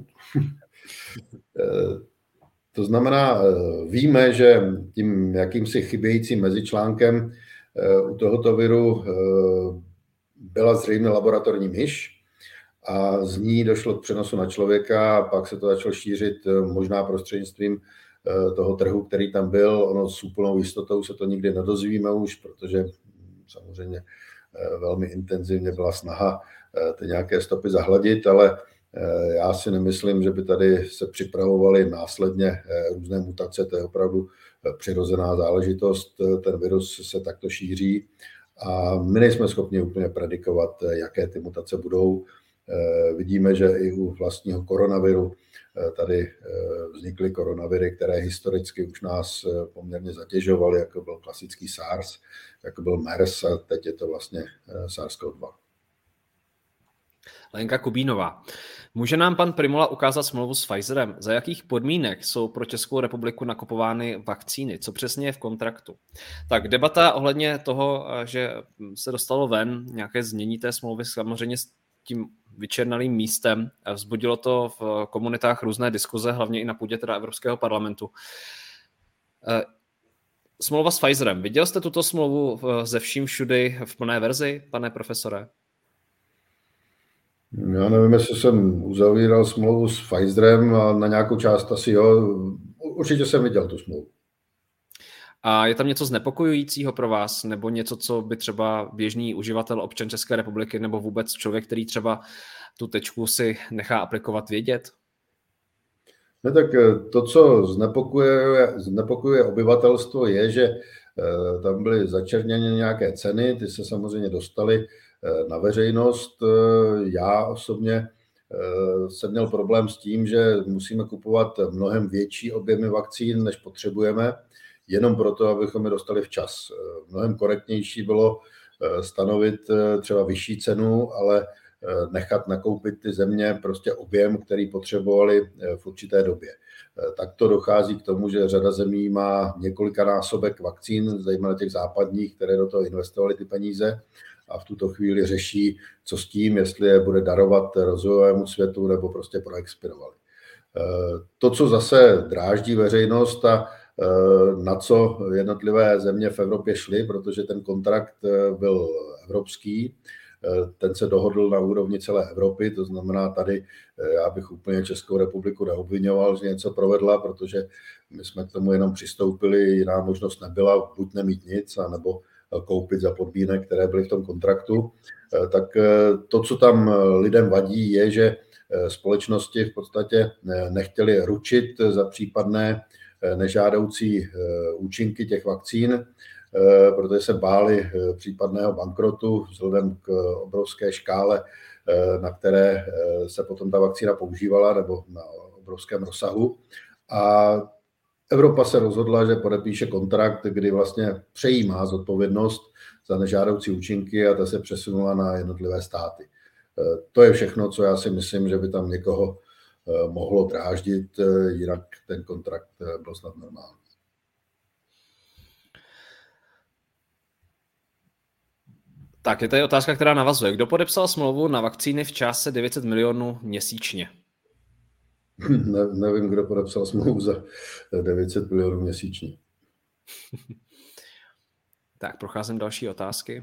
S2: To znamená, víme, že tím jakýmsi chybějícím mezičlánkem u tohoto viru byla zřejmě laboratorní myš a z ní došlo k přenosu na člověka a pak se to začalo šířit možná prostřednictvím toho trhu, který tam byl. Ono s úplnou jistotou se to nikdy nedozvíme už, protože samozřejmě velmi intenzivně byla snaha ty nějaké stopy zahladit, ale já si nemyslím, že by tady se připravovaly následně různé mutace, to je opravdu přirozená záležitost, ten virus se takto šíří a my nejsme schopni úplně predikovat, jaké ty mutace budou. Vidíme, že i u vlastního koronaviru tady vznikly koronaviry, které historicky už nás poměrně zatěžovaly, jako byl klasický SARS, jako byl MERS a teď je to vlastně SARS-CoV-2.
S1: Lenka Kubínová. Může nám pan Primola ukázat smlouvu s Pfizerem? Za jakých podmínek jsou pro Českou republiku nakupovány vakcíny? Co přesně je v kontraktu? Tak debata ohledně toho, že se dostalo ven nějaké znění té smlouvy, samozřejmě s tím vyčernalým místem. Vzbudilo to v komunitách různé diskuze, hlavně i na půdě teda Evropského parlamentu. Smlouva s Pfizerem. Viděl jste tuto smlouvu ze vším všudy v plné verzi, pane profesore?
S2: Já nevím, jestli jsem uzavíral smlouvu s Pfizerem a na nějakou část asi jo. Určitě jsem viděl tu smlouvu.
S1: A je tam něco znepokojujícího pro vás, nebo něco, co by třeba běžný uživatel, občan České republiky, nebo vůbec člověk, který třeba tu tečku si nechá aplikovat, vědět?
S2: Ne, tak to, co znepokojuje obyvatelstvo, je, že tam byly začerněny nějaké ceny, ty se samozřejmě dostaly na veřejnost. Já osobně jsem měl problém s tím, že musíme kupovat mnohem větší objemy vakcín, než potřebujeme, jenom proto, abychom je dostali včas. Mnohem korektnější bylo stanovit třeba vyšší cenu, ale nechat nakoupit ty země prostě objem, který potřebovali v určité době. Takto dochází k tomu, že řada zemí má několikanásobek vakcín, zejména těch západních, které do toho investovaly ty peníze a v tuto chvíli řeší, co s tím, jestli je bude darovat rozvojovému světu nebo prostě proexpirovali. To, co zase dráždí veřejnost a na co jednotlivé země v Evropě šly, protože ten kontrakt byl evropský, ten se dohodl na úrovni celé Evropy, to znamená tady, já bych úplně Českou republiku neobvinoval, že něco provedla, protože my jsme k tomu jenom přistoupili, jiná možnost nebyla, buď nemít nic, anebo koupit za podmínek, které byly v tom kontraktu. Tak to, co tam lidem vadí, je, že společnosti v podstatě nechtěly ručit za případné nežádoucí účinky těch vakcín, protože se báli případného bankrotu vzhledem k obrovské škále, na které se potom ta vakcína používala, nebo na obrovském rozsahu. A Evropa se rozhodla, že podepíše kontrakt, kdy vlastně přejímá zodpovědnost za nežádoucí účinky a ta se přesunula na jednotlivé státy. To je všechno, co já si myslím, že by tam někoho mohlo dráždit, jinak ten kontrakt byl snad normální.
S1: Tak, je tady otázka, která navazuje. Kdo podepsal smlouvu na vakcíny v částce 900 milionů měsíčně?
S2: Nevím, kdo podepsal smlouvu za 900 milionů měsíčně.
S1: Tak, procházím další otázky.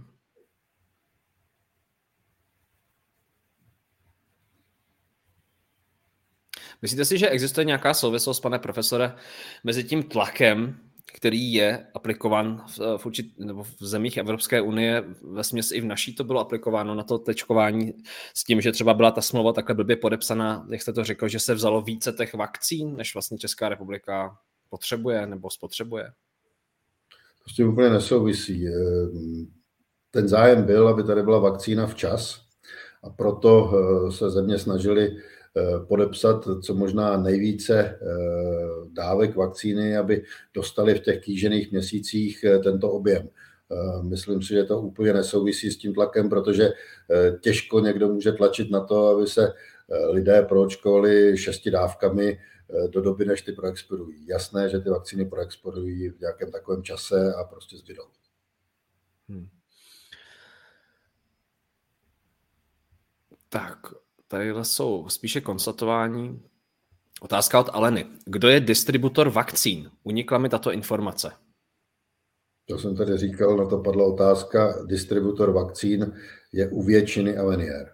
S1: Myslíte si, že existuje nějaká souvislost, pane profesore, mezi tím tlakem, který je aplikován v zemích Evropské unie, vesměs i v naší to bylo aplikováno na to tečkování s tím, že třeba byla ta smlouva takhle blbě podepsaná, jak jste to řekl, že se vzalo více těch vakcín, než vlastně Česká republika potřebuje nebo spotřebuje?
S2: To s tím úplně nesouvisí. Ten zájem byl, aby tady byla vakcína včas a proto se země snažili podepsat co možná nejvíce dávek vakcíny, aby dostali v těch kýžených měsících tento objem. Myslím si, že to úplně nesouvisí s tím tlakem, protože těžko někdo může tlačit na to, aby se lidé proočkovali 6 dávkami do doby, než ty proexpirují. Jasné, že ty vakcíny proexpirují v nějakém takovém čase a prostě zbydou.
S1: Tak, tadyhle jsou spíše konstatování. Otázka od Aleny. Kdo je distributor vakcín? Unikla mi tato informace.
S2: To jsem tady říkal, na to padla otázka. Distributor vakcín je u většiny Avenier.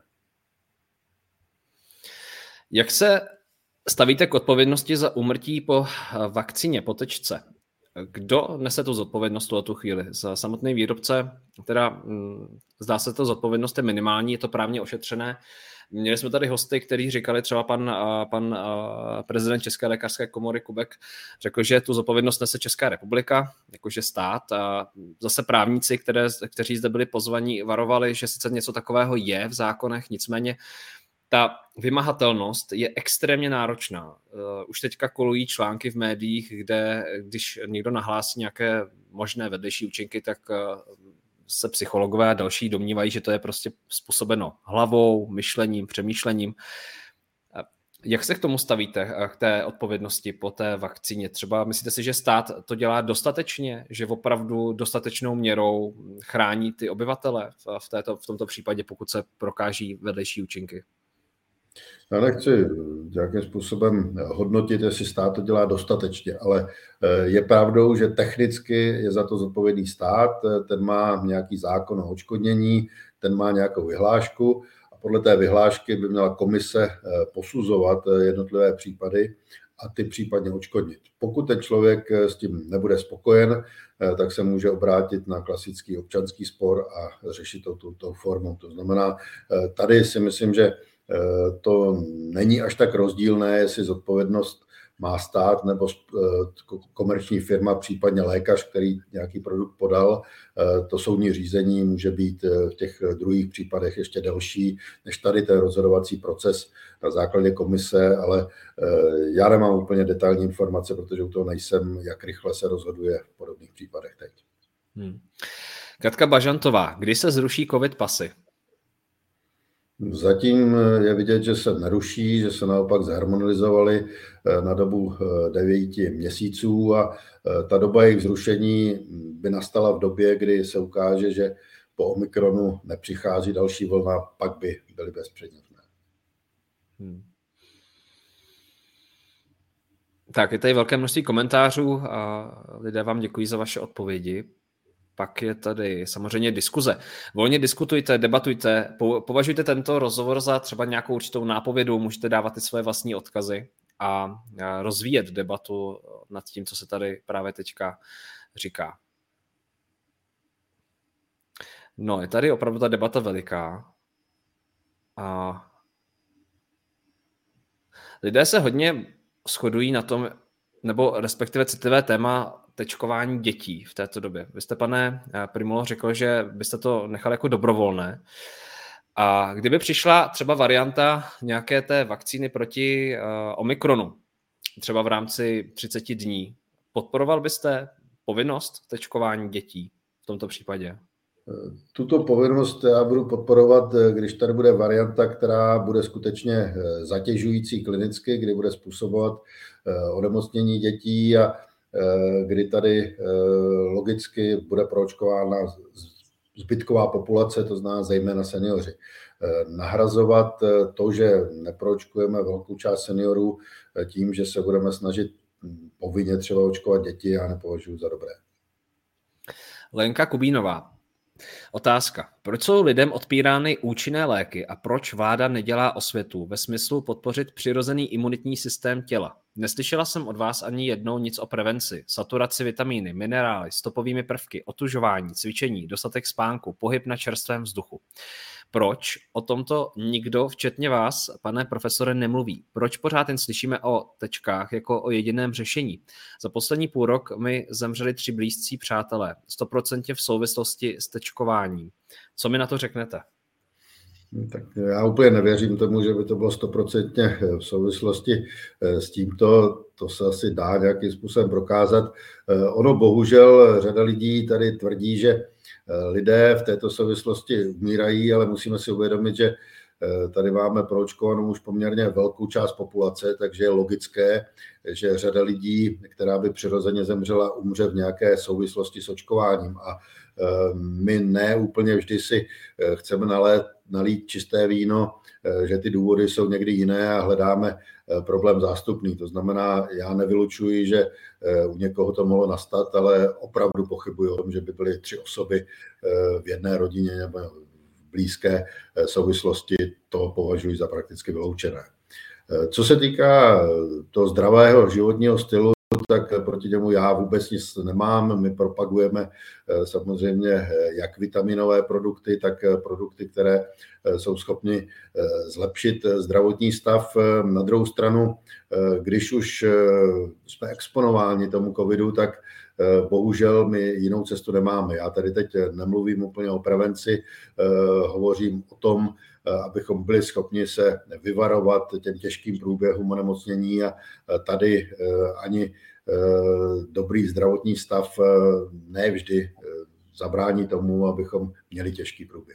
S1: Jak se stavíte k odpovědnosti za úmrtí po vakcíně, po tečce? Kdo nese tu zodpovědnost v tu chvíli? Za samotný výrobce, teda zdá se, to zodpovědnost je minimální, je to právně ošetřené. Měli jsme tady hosty, kteří říkali, třeba pan prezident České lékařské komory Kubek řekl, že tu zodpovědnost nese Česká republika, jakože stát. A zase právníci, kteří zde byli pozvaní, varovali, že sice něco takového je v zákonech, nicméně ta vymahatelnost je extrémně náročná. Už teďka kolují články v médiích, kde když někdo nahlásí nějaké možné vedlejší účinky, tak se psychologové a další domnívají, že to je prostě způsobeno hlavou, myšlením, přemýšlením. Jak se k tomu stavíte, k té odpovědnosti po té vakcíně? Třeba myslíte si, že stát to dělá dostatečně, že opravdu dostatečnou měrou chrání ty obyvatele v tomto případě, pokud se prokáží vedlejší účinky?
S2: Já nechci nějakým způsobem hodnotit, jestli stát to dělá dostatečně, ale je pravdou, že technicky je za to zodpovědný stát, ten má nějaký zákon o odškodnění, ten má nějakou vyhlášku a podle té vyhlášky by měla komise posuzovat jednotlivé případy a ty případně odškodnit. Pokud ten člověk s tím nebude spokojen, tak se může obrátit na klasický občanský spor a řešit to touto formou. To znamená, tady si myslím, že to není až tak rozdílné, jestli zodpovědnost má stát nebo komerční firma, případně lékař, který nějaký produkt podal. To soudní řízení může být v těch druhých případech ještě delší než tady ten rozhodovací proces na základě komise, ale já nemám úplně detailní informace, protože u toho nejsem, jak rychle se rozhoduje v podobných případech teď.
S1: Katka Bažantová, kdy se zruší covid pasy?
S2: Zatím je vidět, že se neruší, že se naopak zharmonizovali na dobu 9 měsíců a ta doba jejich zrušení by nastala v době, kdy se ukáže, že po Omikronu nepřichází další vlna, pak by byly bezpředmětné.
S1: Tak, je tady velké množství komentářů a lidé vám děkují za vaše odpovědi. Pak je tady samozřejmě diskuze. Volně diskutujte, debatujte, považujte tento rozhovor za třeba nějakou určitou nápovědu, můžete dávat i své vlastní odkazy a rozvíjet debatu nad tím, co se tady právě teďka říká. No, je tady opravdu ta debata veliká. A lidé se hodně shodují na tom, nebo respektive citlivé téma tečkování dětí v této době. Vy jste, pane Prymolo, řekl, že byste to nechal jako dobrovolné. A kdyby přišla třeba varianta nějaké té vakcíny proti Omikronu, třeba v rámci 30 dní, podporoval byste povinnost tečkování dětí v tomto případě?
S2: Tuto povinnost já budu podporovat, když tady bude varianta, která bude skutečně zatěžující klinicky, kdy bude způsobovat onemocnění dětí a kdy tady logicky bude proočkována zbytková populace, to znamená zejména seniori. Nahrazovat to, že neproočkujeme velkou část seniorů tím, že se budeme snažit povinně třeba očkovat děti, já nepovažuji za dobré.
S1: Lenka Kubínová. Otázka. Proč jsou lidem odpírány účinné léky a proč vláda nedělá osvětu ve smyslu podpořit přirozený imunitní systém těla? Neslyšela jsem od vás ani jednou nic o prevenci, saturaci vitamíny, minerály, stopovými prvky, otužování, cvičení, dostatek spánku, pohyb na čerstvém vzduchu. Proč o tomto nikdo, včetně vás, pane profesore, nemluví? Proč pořád jen slyšíme o tečkách jako o jediném řešení? Za poslední půl rok mi zemřeli 3 blízcí přátelé, 100% v souvislosti s tečkováním. Co mi na to řeknete?
S2: Tak já úplně nevěřím tomu, že by to bylo 100% v souvislosti s tímto. To se asi dá nějakým způsobem prokázat. Ono bohužel řada lidí tady tvrdí, že lidé v této souvislosti umírají, ale musíme si uvědomit, že tady máme proočkovanou už poměrně velkou část populace, takže je logické, že řada lidí, která by přirozeně zemřela, umře v nějaké souvislosti s očkováním. A my ne úplně vždy si chceme nalít čisté víno, že ty důvody jsou někdy jiné a hledáme problém zástupný. To znamená, já nevylučuji, že u někoho to mohlo nastat, ale opravdu pochybuji o tom, že by byly 3 osoby v jedné rodině nebo v blízké souvislosti. To považuji za prakticky vyloučené. Co se týká toho zdravého životního stylu, tak proti němu já vůbec nic nemám. My propagujeme samozřejmě jak vitaminové produkty, tak produkty, které jsou schopny zlepšit zdravotní stav. Na druhou stranu, když už jsme exponováni tomu covidu, tak bohužel my jinou cestu nemáme. Já tady teď nemluvím úplně o prevenci, hovořím o tom, abychom byli schopni se vyvarovat těm těžkým průběhům onemocnění a tady ani dobrý zdravotní stav ne vždy zabrání tomu, abychom měli těžký průběh.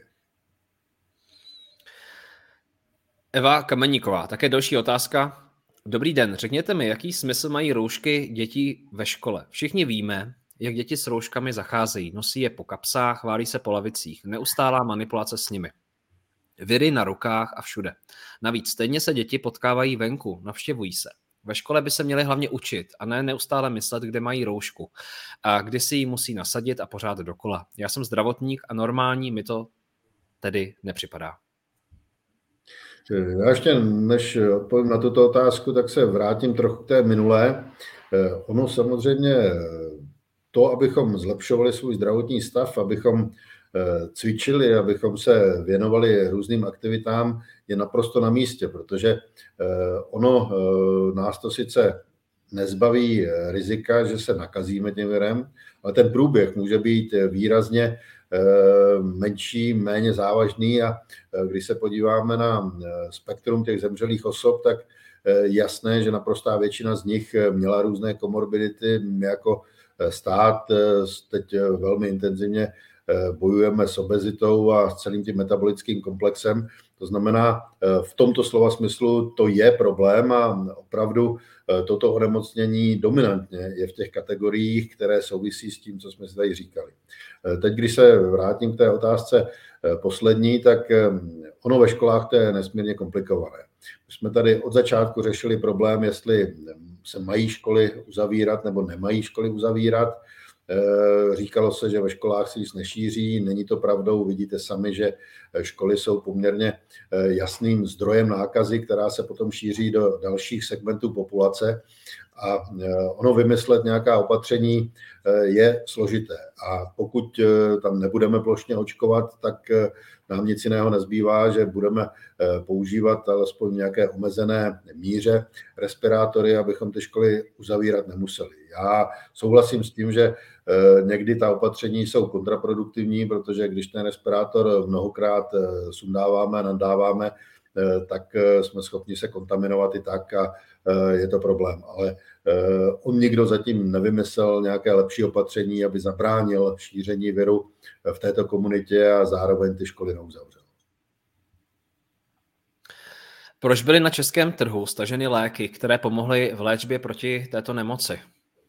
S1: Eva Kameníková, také další otázka. Dobrý den, řekněte mi, jaký smysl mají roušky dětí ve škole? Všichni víme, jak děti s rouškami zacházejí. Nosí je po kapsách, válí se po lavicích. Neustálá manipulace s nimi. Viry na rukách a všude. Navíc stejně se děti potkávají venku, navštěvují se. Ve škole by se měli hlavně učit a ne neustále myslet, kde mají roušku a kdy si ji musí nasadit a pořád dokola. Já jsem zdravotník a normální mi to tedy nepřipadá.
S2: Já ještě, než odpovím na tuto otázku, tak se vrátím trochu k té minulé. Ono samozřejmě to, abychom zlepšovali svůj zdravotní stav, abychom cvičili, abychom se věnovali různým aktivitám, je naprosto na místě, protože ono nás to sice nezbaví rizika, že se nakazíme tím virem, ale ten průběh může být výrazně menší, méně závažný a když se podíváme na spektrum těch zemřelých osob, tak jasné, že naprostá většina z nich měla různé komorbidity. My jako stát teď velmi intenzivně bojujeme s obezitou a s celým tím metabolickým komplexem. To znamená, v tomto slova smyslu to je problém a opravdu toto onemocnění dominantně je v těch kategoriích, které souvisí s tím, co jsme si tady říkali. Teď, když se vrátím k té otázce poslední, tak ono ve školách to je nesmírně komplikované. My jsme tady od začátku řešili problém, jestli se mají školy uzavírat nebo nemají školy uzavírat. Říkalo se, že ve školách se nic nešíří, není to pravdou, vidíte sami, že školy jsou poměrně jasným zdrojem nákazy, která se potom šíří do dalších segmentů populace a ono vymyslet nějaká opatření je složité a pokud tam nebudeme plošně očkovat, tak nám nic jiného nezbývá, že budeme používat alespoň v nějaké omezené míře respirátory, abychom ty školy uzavírat nemuseli. Já souhlasím s tím, že někdy ta opatření jsou kontraproduktivní, protože když ten respirátor mnohokrát sundáváme, nadáváme, tak jsme schopni se kontaminovat i tak a je to problém. Ale on nikdo zatím nevymyslel nějaké lepší opatření, aby zabránil šíření viru v této komunitě a zároveň ty školy neuzavřel.
S1: Proč byly na českém trhu staženy léky, které pomohly v léčbě proti této nemoci?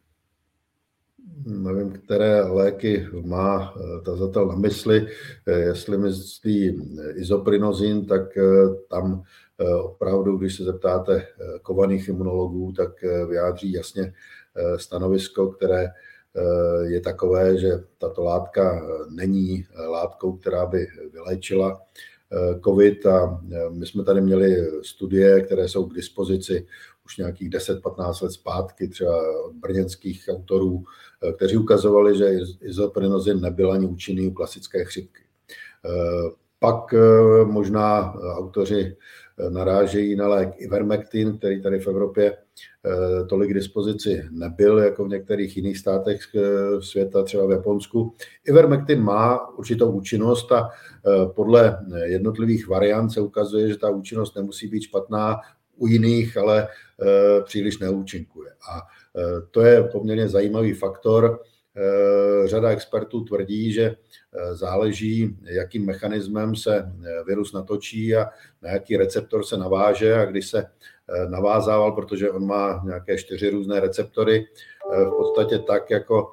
S2: Nevím, které léky má tazatel na mysli. Jestli myslí izoprinozin, tak tam opravdu, když se zeptáte kovaných imunologů, tak vyjádří jasně stanovisko, které je takové, že tato látka není látkou, která by vyléčila COVID a my jsme tady měli studie, které jsou k dispozici už nějakých 10-15 let zpátky, třeba od brněnských autorů, kteří ukazovali, že izoprinozin nebyl ani účinný u klasické chřipky. Pak možná autoři narážejí na lék Ivermectin, který tady v Evropě tolik k dispozici nebyl, jako v některých jiných státech světa, třeba v Japonsku. Ivermectin má určitou účinnost a podle jednotlivých variant se ukazuje, že ta účinnost nemusí být špatná, u jiných ale příliš neúčinkuje. A to je poměrně zajímavý faktor. Řada expertů tvrdí, že záleží, jakým mechanismem se virus natočí a na jaký receptor se naváže. A když se navázával, protože on má nějaké 4 různé receptory, v podstatě tak, jako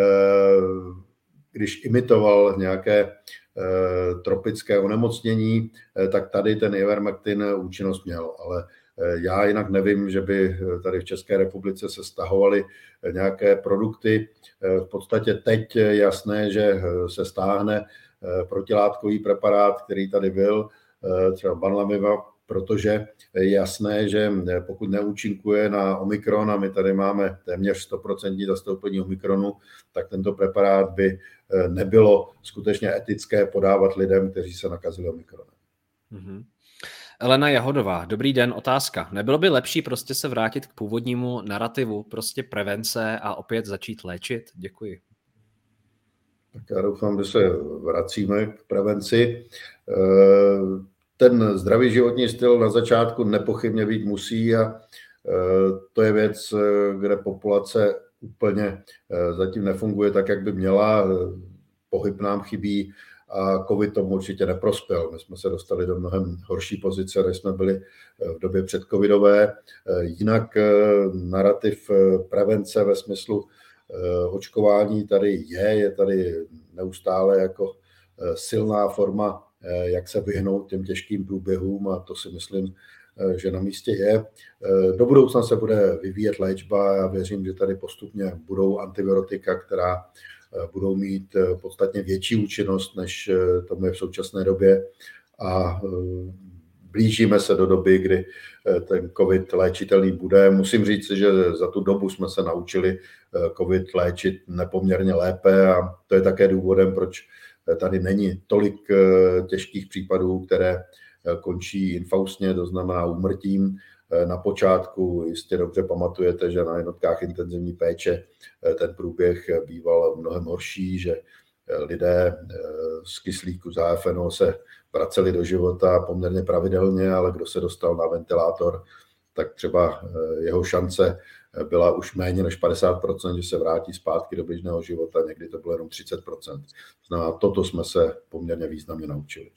S2: když imitoval nějaké tropické onemocnění, tak tady ten Ivermectin účinnost měl. Ale já jinak nevím, že by tady v České republice se stahovaly nějaké produkty. V podstatě teď je jasné, že se stáhne protilátkový preparát, který tady byl, třeba Banlamiva, protože je jasné, že pokud neúčinkuje na Omikron, a my tady máme téměř 100% zastoupení Omikronu, tak tento preparát by nebylo skutečně etické podávat lidem, kteří se nakazili Omikronem.
S1: Mm-hmm. Elena Jahodová, dobrý den, otázka. Nebylo by lepší prostě se vrátit k původnímu narrativu, prostě prevence a opět začít léčit? Děkuji.
S2: Tak já doufám, že se vracíme k prevenci. Ten zdravý životní styl na začátku nepochybně být musí a to je věc, kde populace úplně zatím nefunguje tak, jak by měla. Pohyb nám chybí a COVID tomu určitě neprospěl. My jsme se dostali do mnohem horší pozice, než jsme byli v době předcovidové. Jinak narrativ prevence ve smyslu očkování tady je tady neustále jako silná forma, jak se vyhnout těm těžkým průběhům a to si myslím, že na místě je. Do budoucna se bude vyvíjet léčba. Já věřím, že tady postupně budou antivirotika, která budou mít podstatně větší účinnost, než tomu je v současné době a blížíme se do doby, kdy ten COVID léčitelný bude. Musím říct, že za tu dobu jsme se naučili COVID léčit nepoměrně lépe a to je také důvodem, proč tady není tolik těžkých případů, které končí infaustně, to znamená úmrtím. Na počátku jistě dobře pamatujete, že na jednotkách intenzivní péče ten průběh býval mnohem horší, že lidé z kyslíku z AFNO se vraceli do života poměrně pravidelně, ale kdo se dostal na ventilátor, tak třeba jeho šance byla už méně než 50%, že se vrátí zpátky do běžného života, někdy to bylo jenom 30%. Znamená, toto jsme se poměrně významně naučili.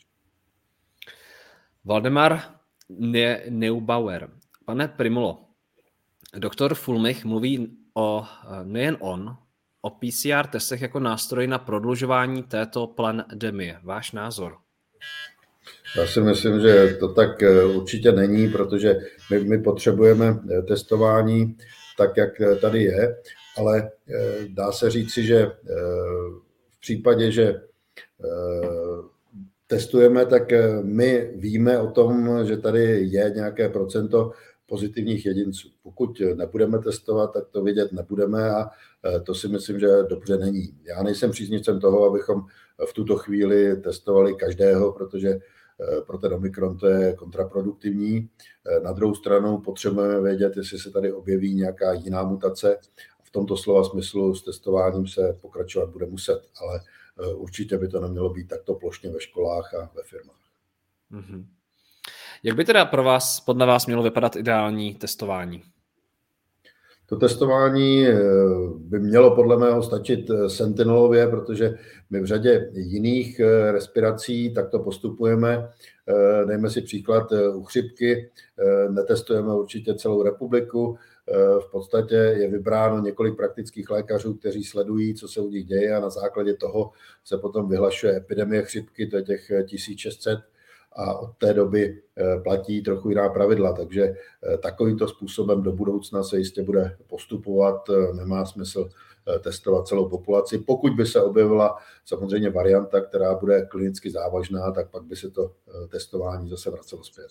S1: Valdemar Neubauer. Pane Primulo, doktor Fulmich mluví nejen o PCR testech jako nástroji na prodlužování této pandemie. Váš názor?
S2: Já si myslím, že to tak určitě není, protože my potřebujeme testování tak, jak tady je, ale dá se říci, že v případě, že testujeme, tak my víme o tom, že tady je nějaké procento pozitivních jedinců. Pokud nebudeme testovat, tak to vidět nebudeme a to si myslím, že dobře není. Já nejsem příznivcem toho, abychom v tuto chvíli testovali každého, protože pro ten Omikron to je kontraproduktivní. Na druhou stranu potřebujeme vědět, jestli se tady objeví nějaká jiná mutace. V tomto slova smyslu s testováním se pokračovat bude muset, ale určitě by to nemělo být takto plošně ve školách a ve firmách.
S1: Mm-hmm. Jak by teda podle vás mělo vypadat ideální testování?
S2: To testování by mělo podle mého stačit sentinelově, protože my v řadě jiných respirací takto postupujeme. Dejme si příklad u chřipky, netestujeme určitě celou republiku. V podstatě je vybráno několik praktických lékařů, kteří sledují, co se u nich děje a na základě toho se potom vyhlašuje epidemie chřipky, to je těch 1600 a od té doby platí trochu jiná pravidla, takže takovýmto způsobem do budoucna se jistě bude postupovat, nemá smysl testovat celou populaci. Pokud by se objevila samozřejmě varianta, která bude klinicky závažná, tak pak by se to testování zase vracelo zpět.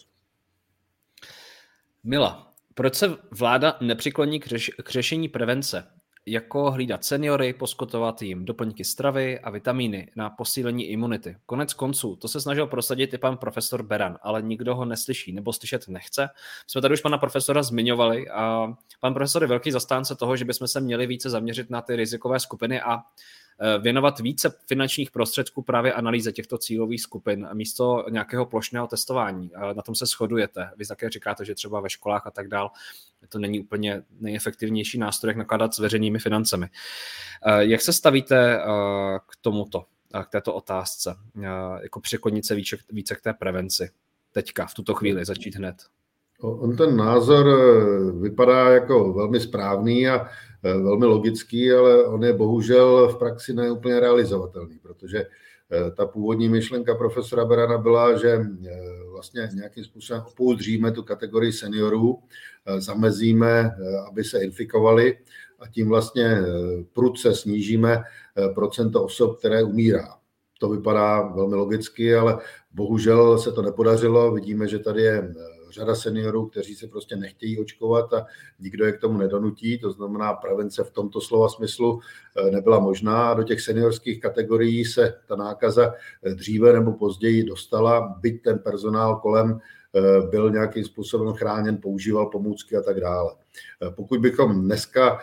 S1: Mila, proč se vláda nepřikloní k řešení prevence? Jako hlídat seniory, poskytovat jim doplňky stravy a vitamíny na posílení imunity. Konec konců, to se snažil prosadit i pan profesor Beran, ale nikdo ho neslyší nebo slyšet nechce. Jsme tady už pana profesora zmiňovali a pan profesor je velký zastánce toho, že bychom se měli více zaměřit na ty rizikové skupiny a věnovat více finančních prostředků právě analýze těchto cílových skupin místo nějakého plošného testování. Na tom se shodujete. Vy také říkáte, že třeba ve školách a tak dál to není úplně nejefektivnější nástroj, jak nakládat s veřejnými financemi. Jak se stavíte k tomuto, k této otázce? Jako přiklonit se více k té prevenci? Teďka, v tuto chvíli, začít hned.
S2: On ten názor vypadá jako velmi správný a velmi logický, ale on je bohužel v praxi neúplně realizovatelný, protože ta původní myšlenka profesora Berana byla, že vlastně nějakým způsobem opouzdříme tu kategorii seniorů, zamezíme, aby se infikovali a tím vlastně prudce snížíme procento osob, které umírá. To vypadá velmi logicky, ale bohužel se to nepodařilo. Vidíme, že tady je řada seniorů, kteří se prostě nechtějí očkovat a nikdo je k tomu nedonutí. To znamená, prevence v tomto slova smyslu nebyla možná. Do těch seniorských kategorií se ta nákaza dříve nebo později dostala, byť ten personál kolem byl nějakým způsobem chráněn, používal pomůcky a tak dále. Pokud bychom dneska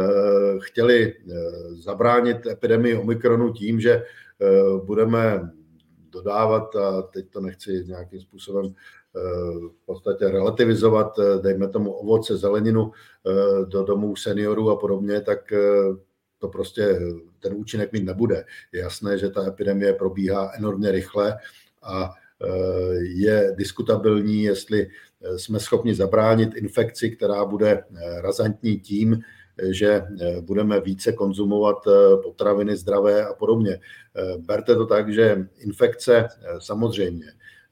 S2: chtěli zabránit epidemii Omikronu tím, že budeme dodávat, a teď to nechci nějakým způsobem v podstatě relativizovat, dejme tomu ovoce, zeleninu do domů seniorů a podobně, tak to prostě ten účinek mít nebude. Je jasné, že ta epidemie probíhá enormně rychle a je diskutabilní, jestli jsme schopni zabránit infekci, která bude razantní tím, že budeme více konzumovat potraviny zdravé a podobně. Berte to tak, že infekce samozřejmě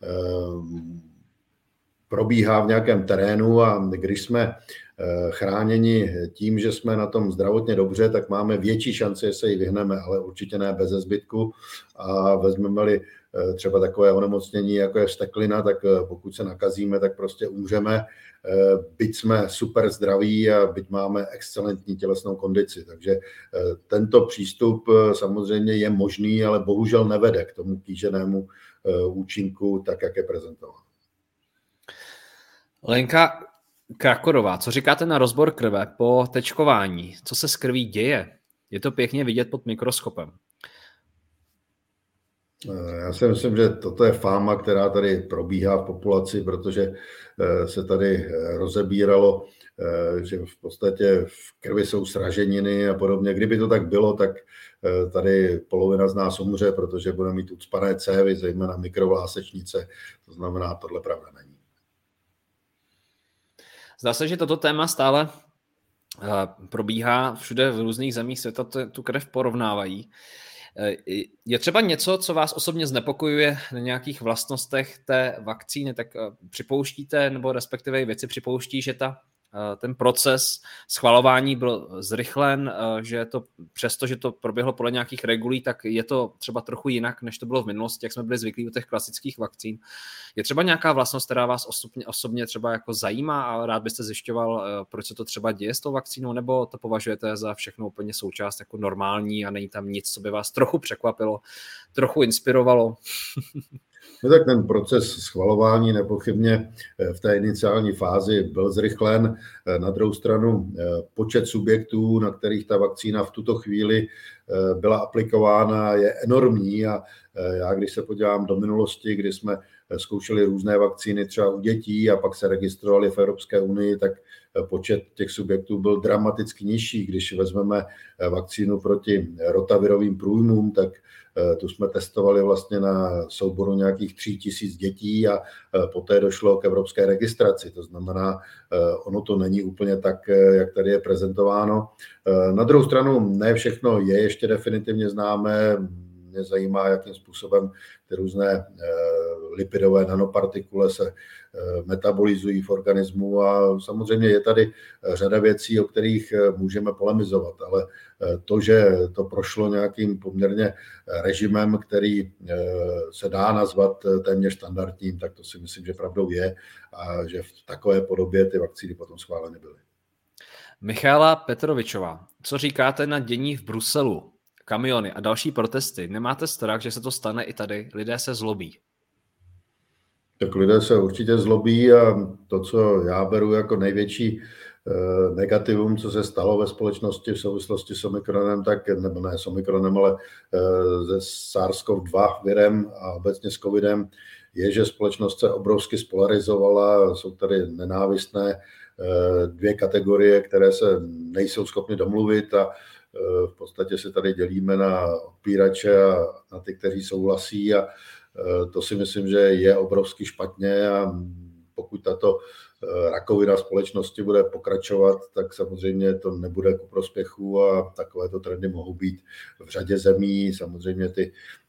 S2: probíhá v nějakém terénu a když jsme chráněni tím, že jsme na tom zdravotně dobře, tak máme větší šanci, že se jí vyhneme, ale určitě ne bez zbytku. A vezmeme-li třeba takové onemocnění, jako je vzteklina, tak pokud se nakazíme, tak prostě umřeme, byť jsme super zdraví a byť máme excelentní tělesnou kondici. Takže tento přístup samozřejmě je možný, ale bohužel nevede k tomu kýženému účinku, tak jak je prezentován.
S1: Lenka Krakorová, co říkáte na rozbor krve po tečkování? Co se s krví děje? Je to pěkně vidět pod mikroskopem.
S2: Já si myslím, že toto je fáma, která tady probíhá v populaci, protože se tady rozebíralo, že v podstatě v krvi jsou sraženiny a podobně. Kdyby to tak bylo, tak tady polovina z nás umře, protože bude mít ucpané cévy, zejména mikrovlásečnice. To znamená, tohle pravda není.
S1: Zdá se, že toto téma stále probíhá všude v různých zemích světa, tu krev porovnávají. Je třeba něco, co vás osobně znepokojuje na nějakých vlastnostech té vakcíny, tak připouštíte, nebo respektive věci připouští, že ten proces schvalování byl zrychlen, že to přesto, že to proběhlo podle nějakých regulí, tak je to třeba trochu jinak, než to bylo v minulosti, jak jsme byli zvyklí u těch klasických vakcín. Je třeba nějaká vlastnost, která vás osobně třeba jako zajímá a rád byste zjišťoval, proč se to třeba děje s tou vakcínou, nebo to považujete za všechno úplně součást jako normální a není tam nic, co by vás trochu překvapilo, trochu inspirovalo?
S2: No tak ten proces schvalování nepochybně v té iniciální fázi byl zrychlen. Na druhou stranu počet subjektů, na kterých ta vakcína v tuto chvíli byla aplikována, je enormní a já když se podívám do minulosti, kdy jsme zkoušeli různé vakcíny třeba u dětí a pak se registrovali v Evropské unii, tak počet těch subjektů byl dramaticky nižší. Když vezmeme vakcínu proti rotavirovým průjmům, tak tu jsme testovali vlastně na souboru nějakých 3000 dětí a poté došlo k evropské registraci. To znamená, ono to není úplně tak, jak tady je prezentováno. Na druhou stranu ne všechno je ještě definitivně známé. Mě zajímá, jakým způsobem ty různé lipidové nanopartikule se metabolizují v organismu a samozřejmě je tady řada věcí, o kterých můžeme polemizovat, ale to, že to prošlo nějakým poměrně režimem, který se dá nazvat téměř standardním, tak to si myslím, že pravdou je a že v takové podobě ty vakcíny potom schváleny byly.
S1: Michála Petrovičová, co říkáte na dění v Bruselu? Kamiony a další protesty. Nemáte strach, že se to stane i tady? Lidé se zlobí.
S2: Tak lidé se určitě zlobí a to, co já beru jako největší negativum, co se stalo ve společnosti v souvislosti s Omikronem, tak, nebo ne s Omikronem, ale se SARS-CoV-2 virem a obecně s covidem, je, že společnost se obrovsky spolarizovala, jsou tady nenávistné dvě kategorie, které se nejsou schopny domluvit a v podstatě se tady dělíme na odpírače a na ty, kteří souhlasí a to si myslím, že je obrovsky špatně a pokud tato rakovina společnosti bude pokračovat, tak samozřejmě to nebude ku prospěchu a takovéto trendy mohou být v řadě zemí. Samozřejmě ty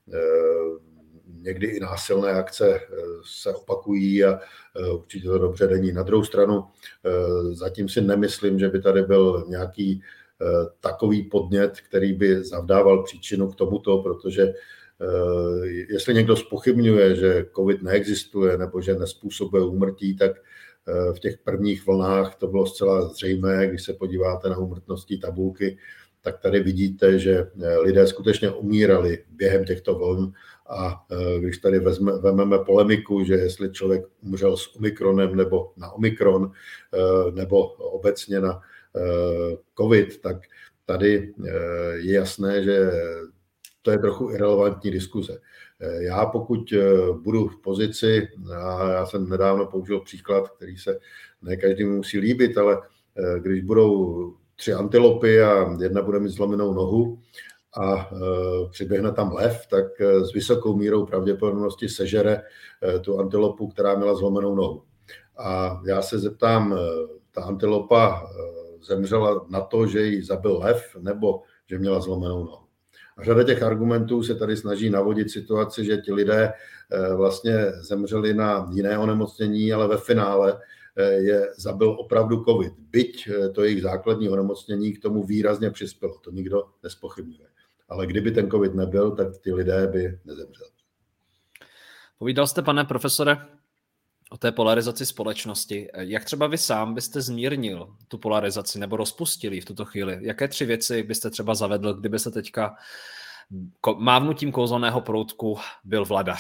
S2: někdy i násilné akce se opakují a určitě to dobře není. Na druhou stranu zatím si nemyslím, že by tady byl nějaký takový podnět, který by zavdával příčinu k tomuto, protože jestli někdo zpochybňuje, že COVID neexistuje nebo že nezpůsobuje úmrtí, tak v těch prvních vlnách to bylo zcela zřejmé, když se podíváte na úmrtnostní tabulky, tak tady vidíte, že lidé skutečně umírali během těchto vln a když tady vezmeme polemiku, že jestli člověk umřel s Omikronem nebo na Omikron nebo obecně na COVID, tak tady je jasné, že to je trochu irelevantní diskuze. Já pokud budu v pozici, a já jsem nedávno použil příklad, který se ne každému musí líbit, ale když budou 3 antilopy a jedna bude mít zlomenou nohu a přiběhne tam lev, tak s vysokou mírou pravděpodobnosti sežere tu antilopu, která měla zlomenou nohu. A já se zeptám, ta antilopa zemřela na to, že ji zabil lev, nebo že měla zlomenou nohu. A řada těch argumentů se tady snaží navodit situaci, že ti lidé vlastně zemřeli na jiné onemocnění, ale ve finále je zabil opravdu COVID. Byť to jejich základní onemocnění k tomu výrazně přispělo, to nikdo nezpochybňuje. Ale kdyby ten COVID nebyl, tak ty lidé by nezemřeli.
S1: Povídal jste, pane profesore, o té polarizaci společnosti. Jak třeba vy sám byste zmírnil tu polarizaci nebo rozpustil ji v tuto chvíli? Jaké 3 věci byste třeba zavedl, kdyby se teďka mávnutím kouzelného proutku byl vladař?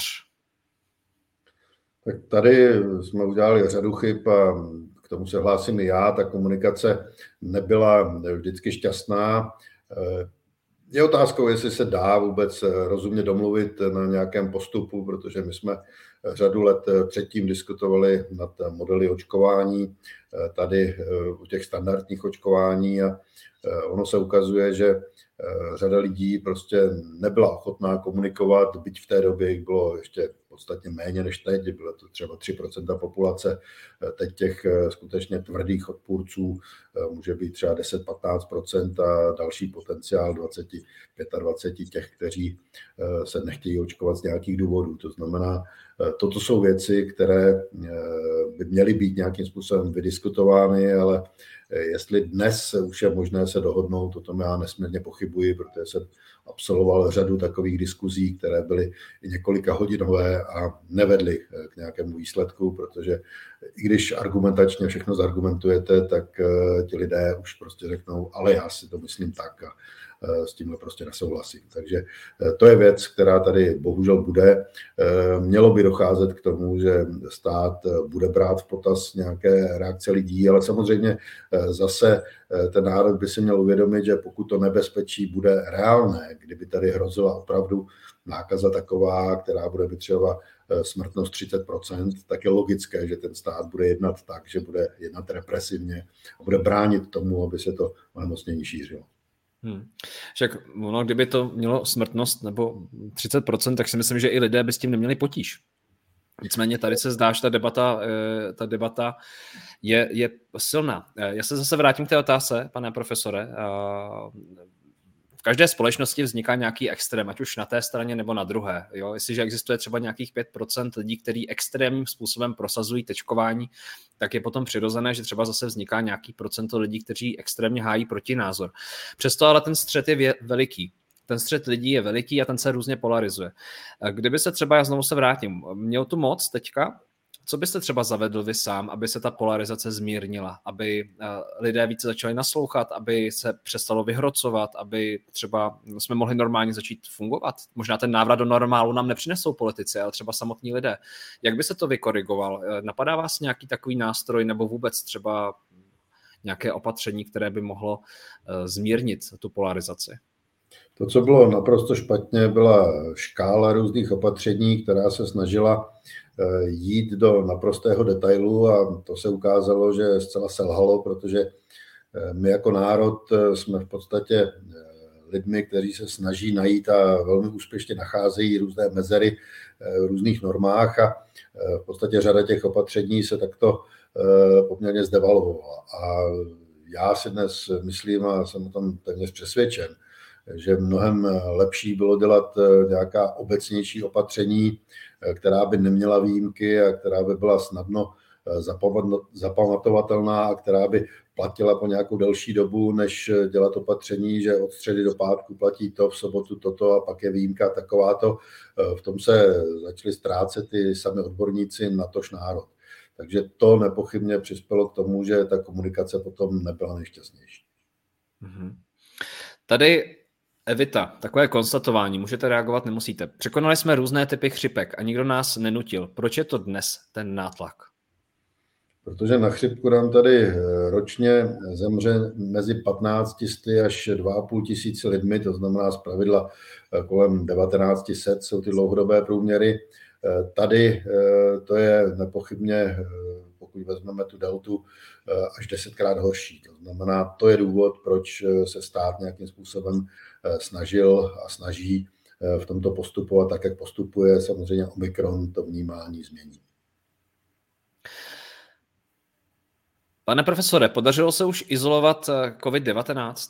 S2: Tak tady jsme udělali řadu chyb a k tomu se hlásím i já. Ta komunikace nebyla vždycky šťastná. Je otázkou, jestli se dá vůbec rozumně domluvit na nějakém postupu, protože my jsme řadu let předtím diskutovali nad modely očkování, tady u těch standardních očkování a ono se ukazuje, že řada lidí prostě nebyla ochotná komunikovat, byť v té době jich bylo ještě podstatně méně než teď, bylo to třeba 3% populace, teď těch skutečně tvrdých odpůrců může být třeba 10-15% a další potenciál 20-25 těch, kteří se nechtějí očkovat z nějakých důvodů. To znamená, toto jsou věci, které by měly být nějakým způsobem vydiskutovány, ale jestli dnes už je možné se dohodnout, o tom já nesmírně pochybuji, protože jsem absolvoval řadu takových diskuzí, které byly i několika hodinové a nevedly k nějakému výsledku, protože i když argumentačně všechno zargumentujete, tak ti lidé už prostě řeknou, ale já si to myslím tak a s tímhle prostě nesouhlasím. Takže to je věc, která tady bohužel bude. Mělo by docházet k tomu, že stát bude brát v potaz nějaké reakce lidí, ale samozřejmě zase ten národ by si měl uvědomit, že pokud to nebezpečí bude reálné, kdyby tady hrozila opravdu nákaza taková, která bude být třeba smrtnost 30%, tak je logické, že ten stát bude jednat tak, že bude jednat represivně a bude bránit tomu, aby se to onemocnění šířilo.
S1: Však ono, kdyby to mělo smrtnost nebo 30%, tak si myslím, že i lidé by s tím neměli potíž. Nicméně tady se zdá, že ta debata je silná. Já se zase vrátím k té otázce, pane profesore. V každé společnosti vzniká nějaký extrém, ať už na té straně nebo na druhé. Jo? Jestliže existuje třeba nějakých 5% lidí, kteří extrémním způsobem prosazují tečkování, tak je potom přirozené, že třeba zase vzniká nějaký procento lidí, kteří extrémně hájí protinázor. Přesto ale ten střet je veliký. Ten střet lidí je veliký a ten se různě polarizuje. Kdyby se třeba, já znovu se vrátím, měl tu moc teďka, co byste třeba zavedl vy sám, aby se ta polarizace zmírnila, aby lidé více začali naslouchat, aby se přestalo vyhrocovat, aby třeba jsme mohli normálně začít fungovat? Možná ten návrat do normálu nám nepřinesou politici, ale třeba samotní lidé. Jak by se to vykorigoval? Napadá vás nějaký takový nástroj nebo vůbec třeba nějaké opatření, které by mohlo zmírnit tu polarizaci?
S2: To, co bylo naprosto špatně, byla škála různých opatření, která se snažila jít do naprostého detailu a to se ukázalo, že zcela selhalo, protože my jako národ jsme v podstatě lidmi, kteří se snaží najít a velmi úspěšně nacházejí různé mezery v různých normách a v podstatě řada těch opatření se takto poměrně zdevalvovala. A já si dnes myslím a jsem o tom téměř přesvědčen, že mnohem lepší bylo dělat nějaká obecnější opatření, která by neměla výjimky a která by byla snadno zapamatovatelná a která by platila po nějakou delší dobu, než dělat opatření, že od středy do pátku platí to, v sobotu toto a pak je výjimka takováto. V tom se začali ztrácet ty sami odborníci natož národ. Takže to nepochybně přispělo k tomu, že ta komunikace potom nebyla nejšťastnější.
S1: Tady Evita, takové konstatování, můžete reagovat, nemusíte. Překonali jsme různé typy chřipek a nikdo nás nenutil. Proč je to dnes ten nátlak?
S2: Protože na chřipku nám tady ročně zemře mezi 1500 až 2,5 tisíci lidmi, to znamená zpravidla kolem 1900 jsou ty dlouhodobé průměry. Tady to je nepochybně, pokud vezmeme tu deltu, až 10krát horší. To znamená, to je důvod, proč se stát nějakým způsobem snažil a snaží v tomto postupovat tak, jak postupuje. Samozřejmě Omikron to vnímání změní.
S1: Pane profesore, podařilo se už izolovat COVID-19?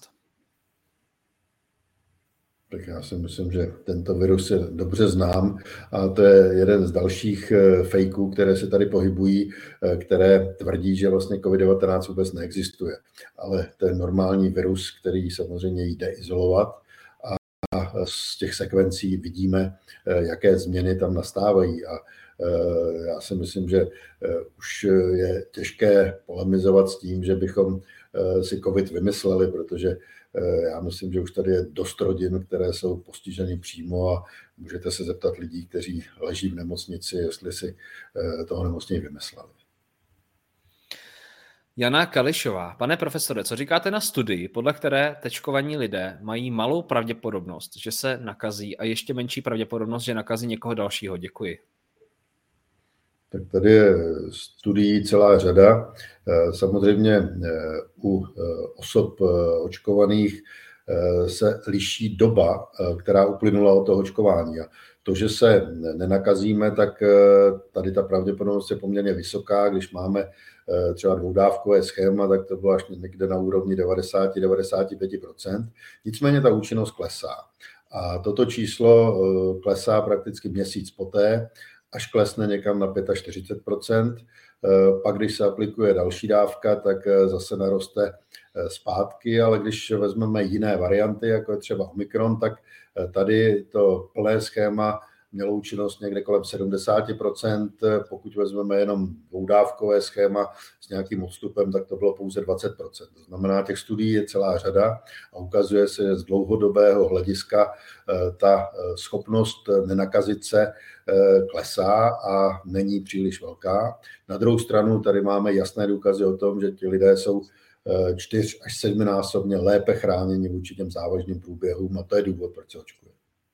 S2: Tak já si myslím, že tento virus je dobře znám a to je jeden z dalších fejků, které se tady pohybují, které tvrdí, že vlastně COVID-19 vůbec neexistuje. Ale to je normální virus, který samozřejmě jde izolovat a z těch sekvencí vidíme, jaké změny tam nastávají. A já si myslím, že už je těžké polemizovat s tím, že bychom si COVID vymysleli, protože já myslím, že už tady je dost rodin, které jsou postiženy přímo a můžete se zeptat lidí, kteří leží v nemocnici, jestli si toho nemocnění vymysleli.
S1: Jana Kališová. Pane profesore, co říkáte na studii, podle které tečkovaní lidé mají malou pravděpodobnost, že se nakazí a ještě menší pravděpodobnost, že nakazí někoho dalšího? Děkuji.
S2: Tak tady je studií celá řada. Samozřejmě u osob očkovaných se liší doba, která uplynula od toho očkování. A to, že se nenakazíme, tak tady ta pravděpodobnost je poměrně vysoká. Když máme třeba dvoudávkové schéma, tak to bylo až někde na úrovni 90-95%. Nicméně ta účinnost klesá. A toto číslo klesá prakticky měsíc poté, až klesne někam na 45%. Pak, když se aplikuje další dávka, tak zase naroste zpátky, ale když vezmeme jiné varianty, jako je třeba Omikron, tak tady to plné schéma mělo účinnost někde kolem 70%. Pokud vezmeme jenom dvoudávkové schéma s nějakým odstupem, tak to bylo pouze 20%. To znamená, těch studií je celá řada a ukazuje se, že z dlouhodobého hlediska ta schopnost nenakazit se klesá a není příliš velká. Na druhou stranu tady máme jasné důkazy o tom, že ti lidé jsou 4 až 7násobně lépe chráněni vůči těm závažným průběhům a to je důvod, proč se očkuje.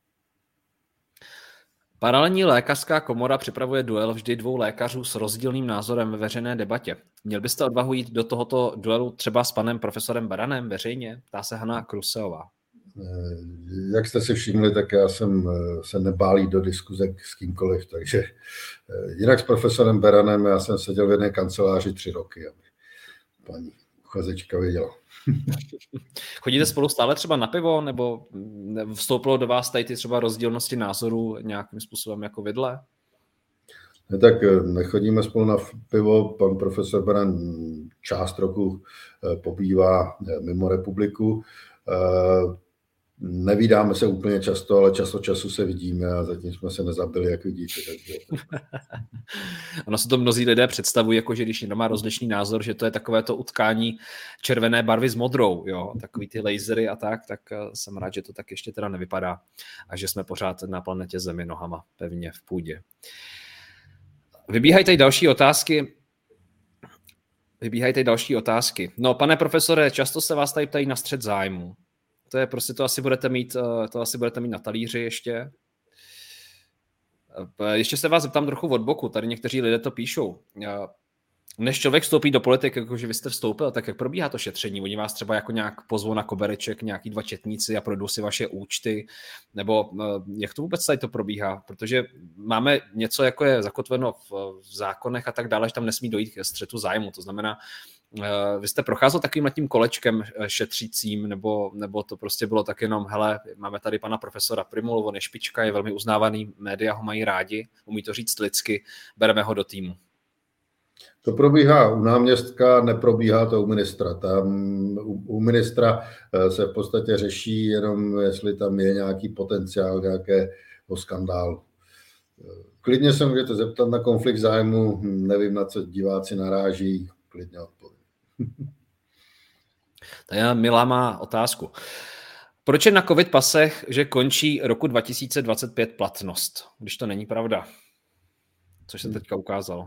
S1: Paralelní lékařská komora připravuje duel vždy dvou lékařů s rozdílným názorem ve veřejné debatě. Měl byste odvahu jít do tohoto duelu třeba s panem profesorem Beranem veřejně? Ptá se Hana Kruseová.
S2: Jak jste si všimli, tak já jsem se nebál jít do diskuze s kýmkoliv, takže jinak s profesorem Beranem já jsem seděl v jedné kanceláři 3 roky, aby paní uchazečka věděla.
S1: Chodíte spolu stále třeba na pivo, nebo vstoupilo do vás tady ty třeba rozdílnosti názorů nějakým způsobem jako vidle?
S2: Ne, tak nechodíme spolu na pivo, pan profesor Beran část roku pobývá mimo republiku. Nevídáme se úplně často, ale čas od času se vidíme a zatím jsme se nezabili, jak vidíte.
S1: Ono se to mnozí lidé představují, jako že když někdo má rozlišný názor, že to je takové to utkání červené barvy s modrou, jo? Takový ty lasery a tak jsem rád, že to tak ještě teda nevypadá a že jsme pořád na planetě Zemi nohama pevně v půdě. Vybíhají tady další otázky. No, pane profesore, často se vás tady ptají na střet zájmu. To je prostě, to asi budete mít na talíři ještě. Ještě se vás zeptám trochu od boku, tady někteří lidé to píšou. Než člověk vstoupí do politiky, jakože vy jste vstoupil, tak jak probíhá to šetření? Oni vás třeba jako nějak pozvou na kobereček, nějaký 2 četníci a projdou si vaše účty, nebo jak to vůbec tady to probíhá? Protože máme něco, jako je zakotveno v zákonech a tak dále, že tam nesmí dojít ke střetu zájmu, to znamená, vy jste procházel takovým tím kolečkem šetřícím, nebo to prostě bylo tak jenom, hele, máme tady pana profesora Primulu, on je špička, je velmi uznávaný, média ho mají rádi, umí to říct lidsky, bereme ho do týmu.
S2: To probíhá u náměstka, neprobíhá to u ministra. Tam u ministra se v podstatě řeší jenom, jestli tam je nějaký potenciál nějakého skandálu. Klidně se můžete zeptat na konflikt zájmu, nevím, na co diváci naráží, klidně odpovím.
S1: Tady Milá má otázku. Proč je na covid pasech, že končí roku 2025 platnost, když to není pravda? Což se teďka ukázalo.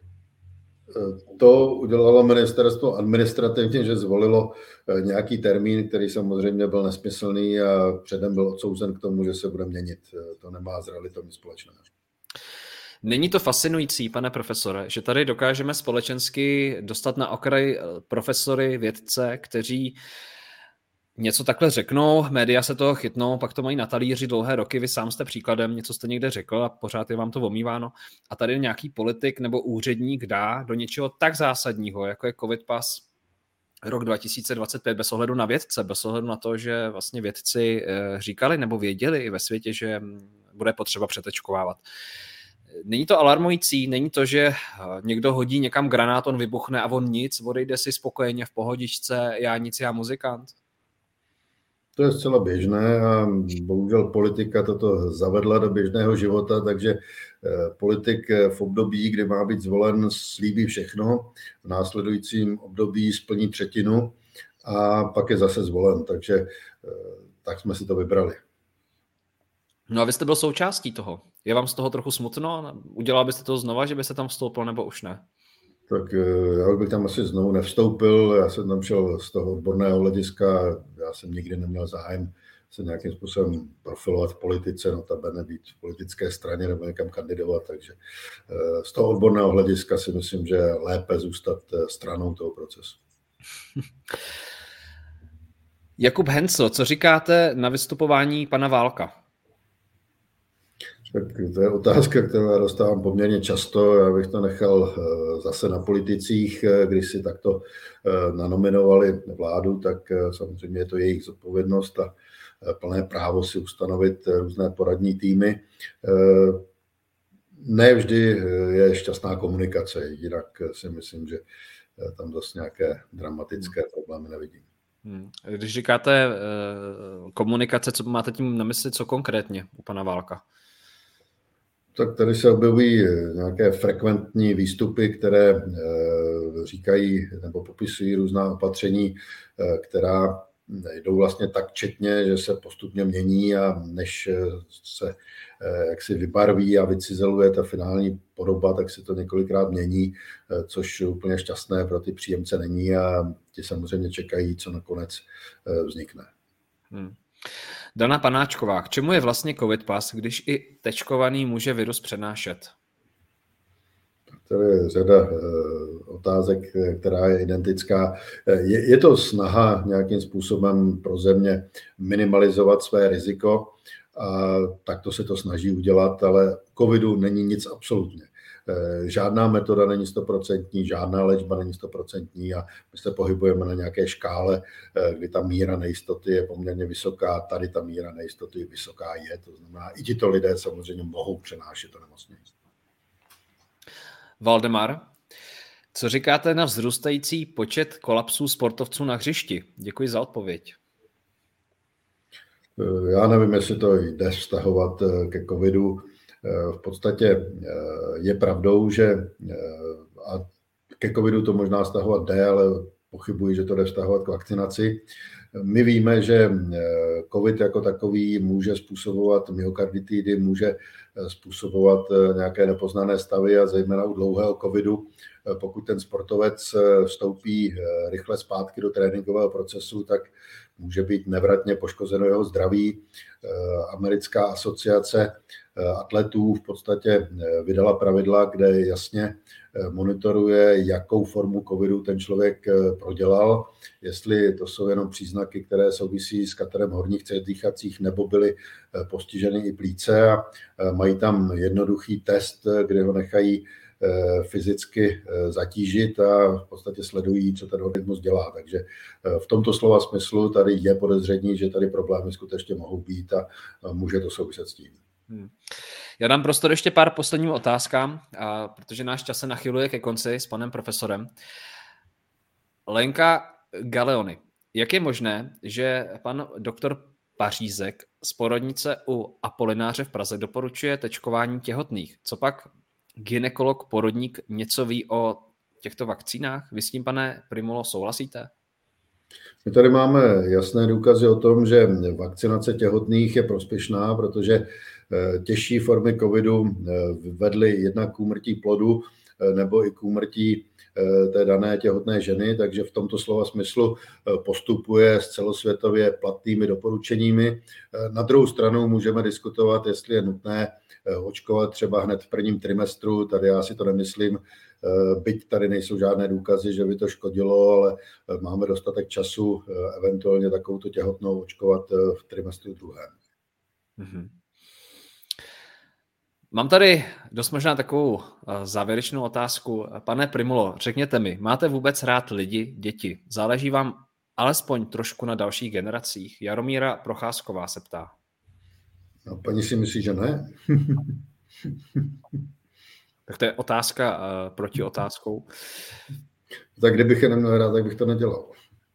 S2: To udělalo ministerstvo administrativně, že zvolilo nějaký termín, který samozřejmě byl nesmyslný a předem byl odsouzen k tomu, že se bude měnit. To nemá s realitou nic společného.
S1: Není to fascinující, pane profesore, že tady dokážeme společensky dostat na okraj profesory, vědce, kteří něco takhle řeknou, média se toho chytnou, pak to mají na talíři dlouhé roky, vy sám jste příkladem, něco jste někde řekl a pořád je vám to omýváno. A tady nějaký politik nebo úředník dá do něčeho tak zásadního, jako je covid pas rok 2025, bez ohledu na vědce, bez ohledu na to, že vlastně vědci říkali nebo věděli i ve světě, že bude potřeba přetečkovávat. Není to alarmující, není to, že někdo hodí někam granát, on vybuchne a on nic, odejde si spokojeně v pohodičce, já nic, já muzikant?
S2: To je zcela běžné a bohužel politika toto zavedla do běžného života, takže politik v období, kdy má být zvolen, slíbí všechno, v následujícím období splní 1/3 a pak je zase zvolen, takže tak jsme si to vybrali.
S1: No a vy jste byl součástí toho. Je vám z toho trochu smutno? Udělal byste to znova, že byste tam vstoupil, nebo už ne?
S2: Tak já bych tam asi znovu nevstoupil, já jsem tam šel z toho odborného hlediska, já jsem nikdy neměl zájem se nějakým způsobem profilovat v politice, notabene být v politické straně nebo někam kandidovat, takže z toho odborného hlediska si myslím, že je lépe zůstat stranou toho procesu.
S1: Jakub Hencl, co říkáte na vystupování pana Válka?
S2: Tak to je otázka, kterou já dostávám poměrně často. Já bych to nechal zase na politicích, když si takto nanominovali vládu, tak samozřejmě je to jejich zodpovědnost a plné právo si ustanovit různé poradní týmy. Ne vždy je šťastná komunikace, jinak si myslím, že tam zase nějaké dramatické problémy nevidím.
S1: Když říkáte komunikace, co máte tím na mysli, co konkrétně u pana Válka?
S2: Tak tady se objevují nějaké frekventní výstupy, které říkají nebo popisují různá opatření, která jdou vlastně tak četně, že se postupně mění a než se jaksi vybarví a vycizeluje ta finální podoba, tak se to několikrát mění, což úplně šťastné pro ty příjemce není a ti samozřejmě čekají, co nakonec vznikne.
S1: Dana Panáčková, k čemu je vlastně COVID pas, když i tečkovaný může virus přenášet?
S2: To je řada otázek, která je identická. Je to snaha nějakým způsobem pro země minimalizovat své riziko a takto se to snaží udělat, ale covidu není nic absolutně. Žádná metoda není 100%, žádná léčba není 100% a my se pohybujeme na nějaké škále, kdy ta míra nejistoty je poměrně vysoká, tady ta míra nejistoty vysoká je, to znamená, i tito lidé samozřejmě mohou přenášet to nemocnění.
S1: Valdemar, co říkáte na vzrůstající počet kolapsů sportovců na hřišti? Děkuji za odpověď.
S2: Já nevím, jestli to jde vztahovat ke covidu. V podstatě je pravdou, že a ke covidu to možná vztahovat jde, ale pochybuji, že to jde vztahovat k vakcinaci. My víme, že covid jako takový může způsobovat myokarditidy, může způsobovat nějaké nepoznané stavy a zejména u dlouhého covidu, pokud ten sportovec vstoupí rychle zpátky do tréninkového procesu, tak může být nevratně poškozeno jeho zdraví. Americká asociace atletů v podstatě vydala pravidla, kde jasně monitoruje, jakou formu covidu ten člověk prodělal, jestli to jsou jenom příznaky, které souvisí s katarem horních cest dýchacích, nebo byly postiženy i plíce a mají tam jednoduchý test, kde ho nechají fyzicky zatížit a v podstatě sledují, co ten organismus dělá. Takže v tomto slova smyslu tady je podezření, že tady problémy skutečně mohou být a může to souviset s tím.
S1: Já dám prostor ještě pár posledním otázkám, protože náš čas se nachyluje ke konci s panem profesorem. Lenka Galeony. Jak je možné, že pan doktor Pařízek z porodnice u Apolináře v Praze doporučuje tečkování těhotných? Co pak gynekolog, porodník něco ví o těchto vakcínách? Vy s tím, pane Primulo, souhlasíte?
S2: My tady máme jasné důkazy o tom, že vakcinace těhotných je prospěšná, protože těžší formy covidu vedly jednak k úmrtí plodu nebo i k úmrtí té dané těhotné ženy, takže v tomto slova smyslu postupuje s celosvětově platnými doporučeními. Na druhou stranu můžeme diskutovat, jestli je nutné očkovat třeba hned v prvním trimestru, tady já si to nemyslím, byť tady nejsou žádné důkazy, že by to škodilo, ale máme dostatek času eventuálně takovouto těhotnou očkovat v trimestru druhém.
S1: Mm-hmm. Mám tady dost možná takovou závěrečnou otázku. Pane Primulo, řekněte mi, máte vůbec rád lidi, děti? Záleží vám alespoň trošku na dalších generacích? Jaromíra Procházková se ptá.
S2: No, paní si myslí, že ne?
S1: Tak to je otázka proti otázkou.
S2: Tak kdybych je neměl rád, tak bych to nedělal.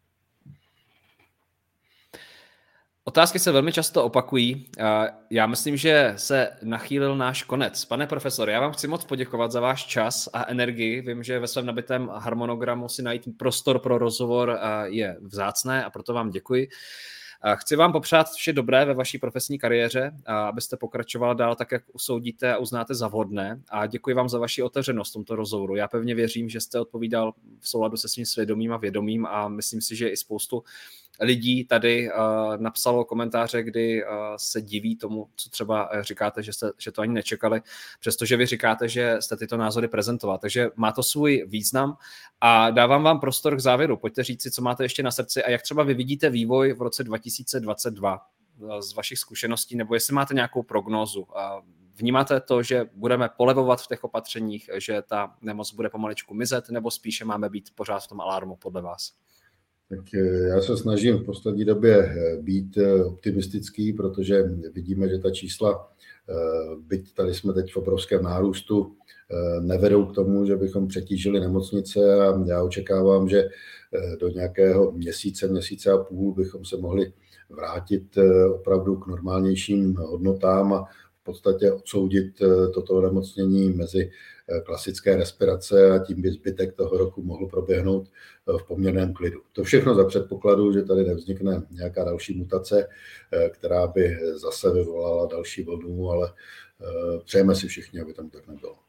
S1: Otázky se velmi často opakují. Já myslím, že se nachýlil náš konec. Pane profesore, já vám chci moc poděkovat za váš čas a energii. Vím, že ve svém nabitém harmonogramu si najít prostor pro rozhovor je vzácné a proto vám děkuji. Chci vám popřát vše dobré ve vaší profesní kariéře, abyste pokračovala dál tak, jak usoudíte a uznáte za vhodné. A děkuji vám za vaši otevřenost v tomto rozhovoru. Já pevně věřím, že jste odpovídal v souladu se svým svědomím a vědomím a myslím si, že i spoustu lidí tady napsalo komentáře, kdy se diví tomu, co třeba říkáte, že to ani nečekali, přestože vy říkáte, že jste tyto názory prezentoval. Takže má to svůj význam a dávám vám prostor k závěru. Pojďte říct si, co máte ještě na srdci a jak třeba vy vidíte vývoj v roce 2022 z vašich zkušeností, nebo jestli máte nějakou prognózu. Vnímáte to, že budeme polevovat v těch opatřeních, že ta nemoc bude pomaličku mizet, nebo spíše máme být pořád v tom alarmu podle vás?
S2: Tak já se snažím v poslední době být optimistický, protože vidíme, že ta čísla, byť tady jsme teď v obrovském nárůstu, nevedou k tomu, že bychom přetížili nemocnice a já očekávám, že do nějakého měsíce a půl bychom se mohli vrátit opravdu k normálnějším hodnotám a v podstatě odsoudit toto onemocnění mezi klasické respirace a tím by zbytek toho roku mohl proběhnout v poměrném klidu. To všechno za předpokladu, že tady nevznikne nějaká další mutace, která by zase vyvolala další vlnu, ale přejeme si všichni, aby tam tak nebylo.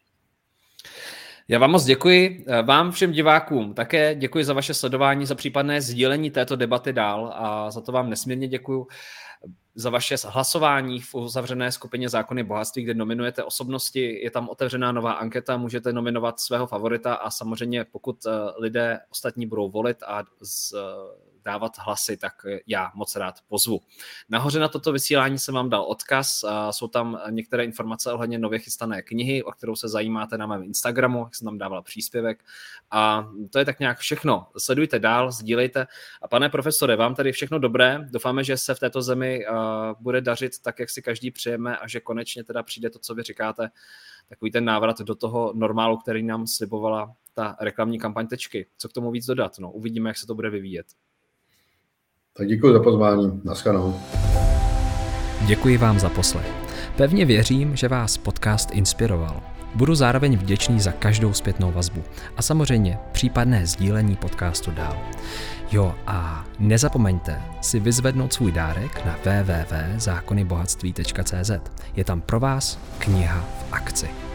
S1: Já vám moc děkuji. Vám všem divákům také děkuji za vaše sledování, za případné sdílení této debaty dál a za to vám nesmírně děkuji. Za vaše hlasování v uzavřené skupině Zákony bohatství, kde nominujete osobnosti. Je tam otevřená nová anketa, můžete nominovat svého favorita a samozřejmě pokud lidé ostatní budou volit a dávat hlasy, tak já moc rád pozvu. Nahoře na toto vysílání jsem vám dal odkaz, jsou tam některé informace ohledně nově chystané knihy, o kterou se zajímáte na mém Instagramu, jak jsem tam dával příspěvek a to je tak nějak všechno. Sledujte dál, sdílejte a pane profesore, vám tady všechno dobré, doufáme, že se v této zemi bude dařit tak, jak si každý přejeme a že konečně teda přijde to, co vy říkáte, takový ten návrat do toho normálu, který nám slibovala ta reklamní kampaň Tečky. Co k tomu víc dodat? No, uvidíme, jak se to bude vyvíjet.
S2: Tak děkuji za pozvání. Naschledanou.
S3: Děkuji vám za poslech. Pevně věřím, že vás podcast inspiroval. Budu zároveň vděčný za každou zpětnou vazbu a samozřejmě případné sdílení podcastu dál. Jo a nezapomeňte si vyzvednout svůj dárek na www.zákonybohatství.cz. Je tam pro vás kniha v akci.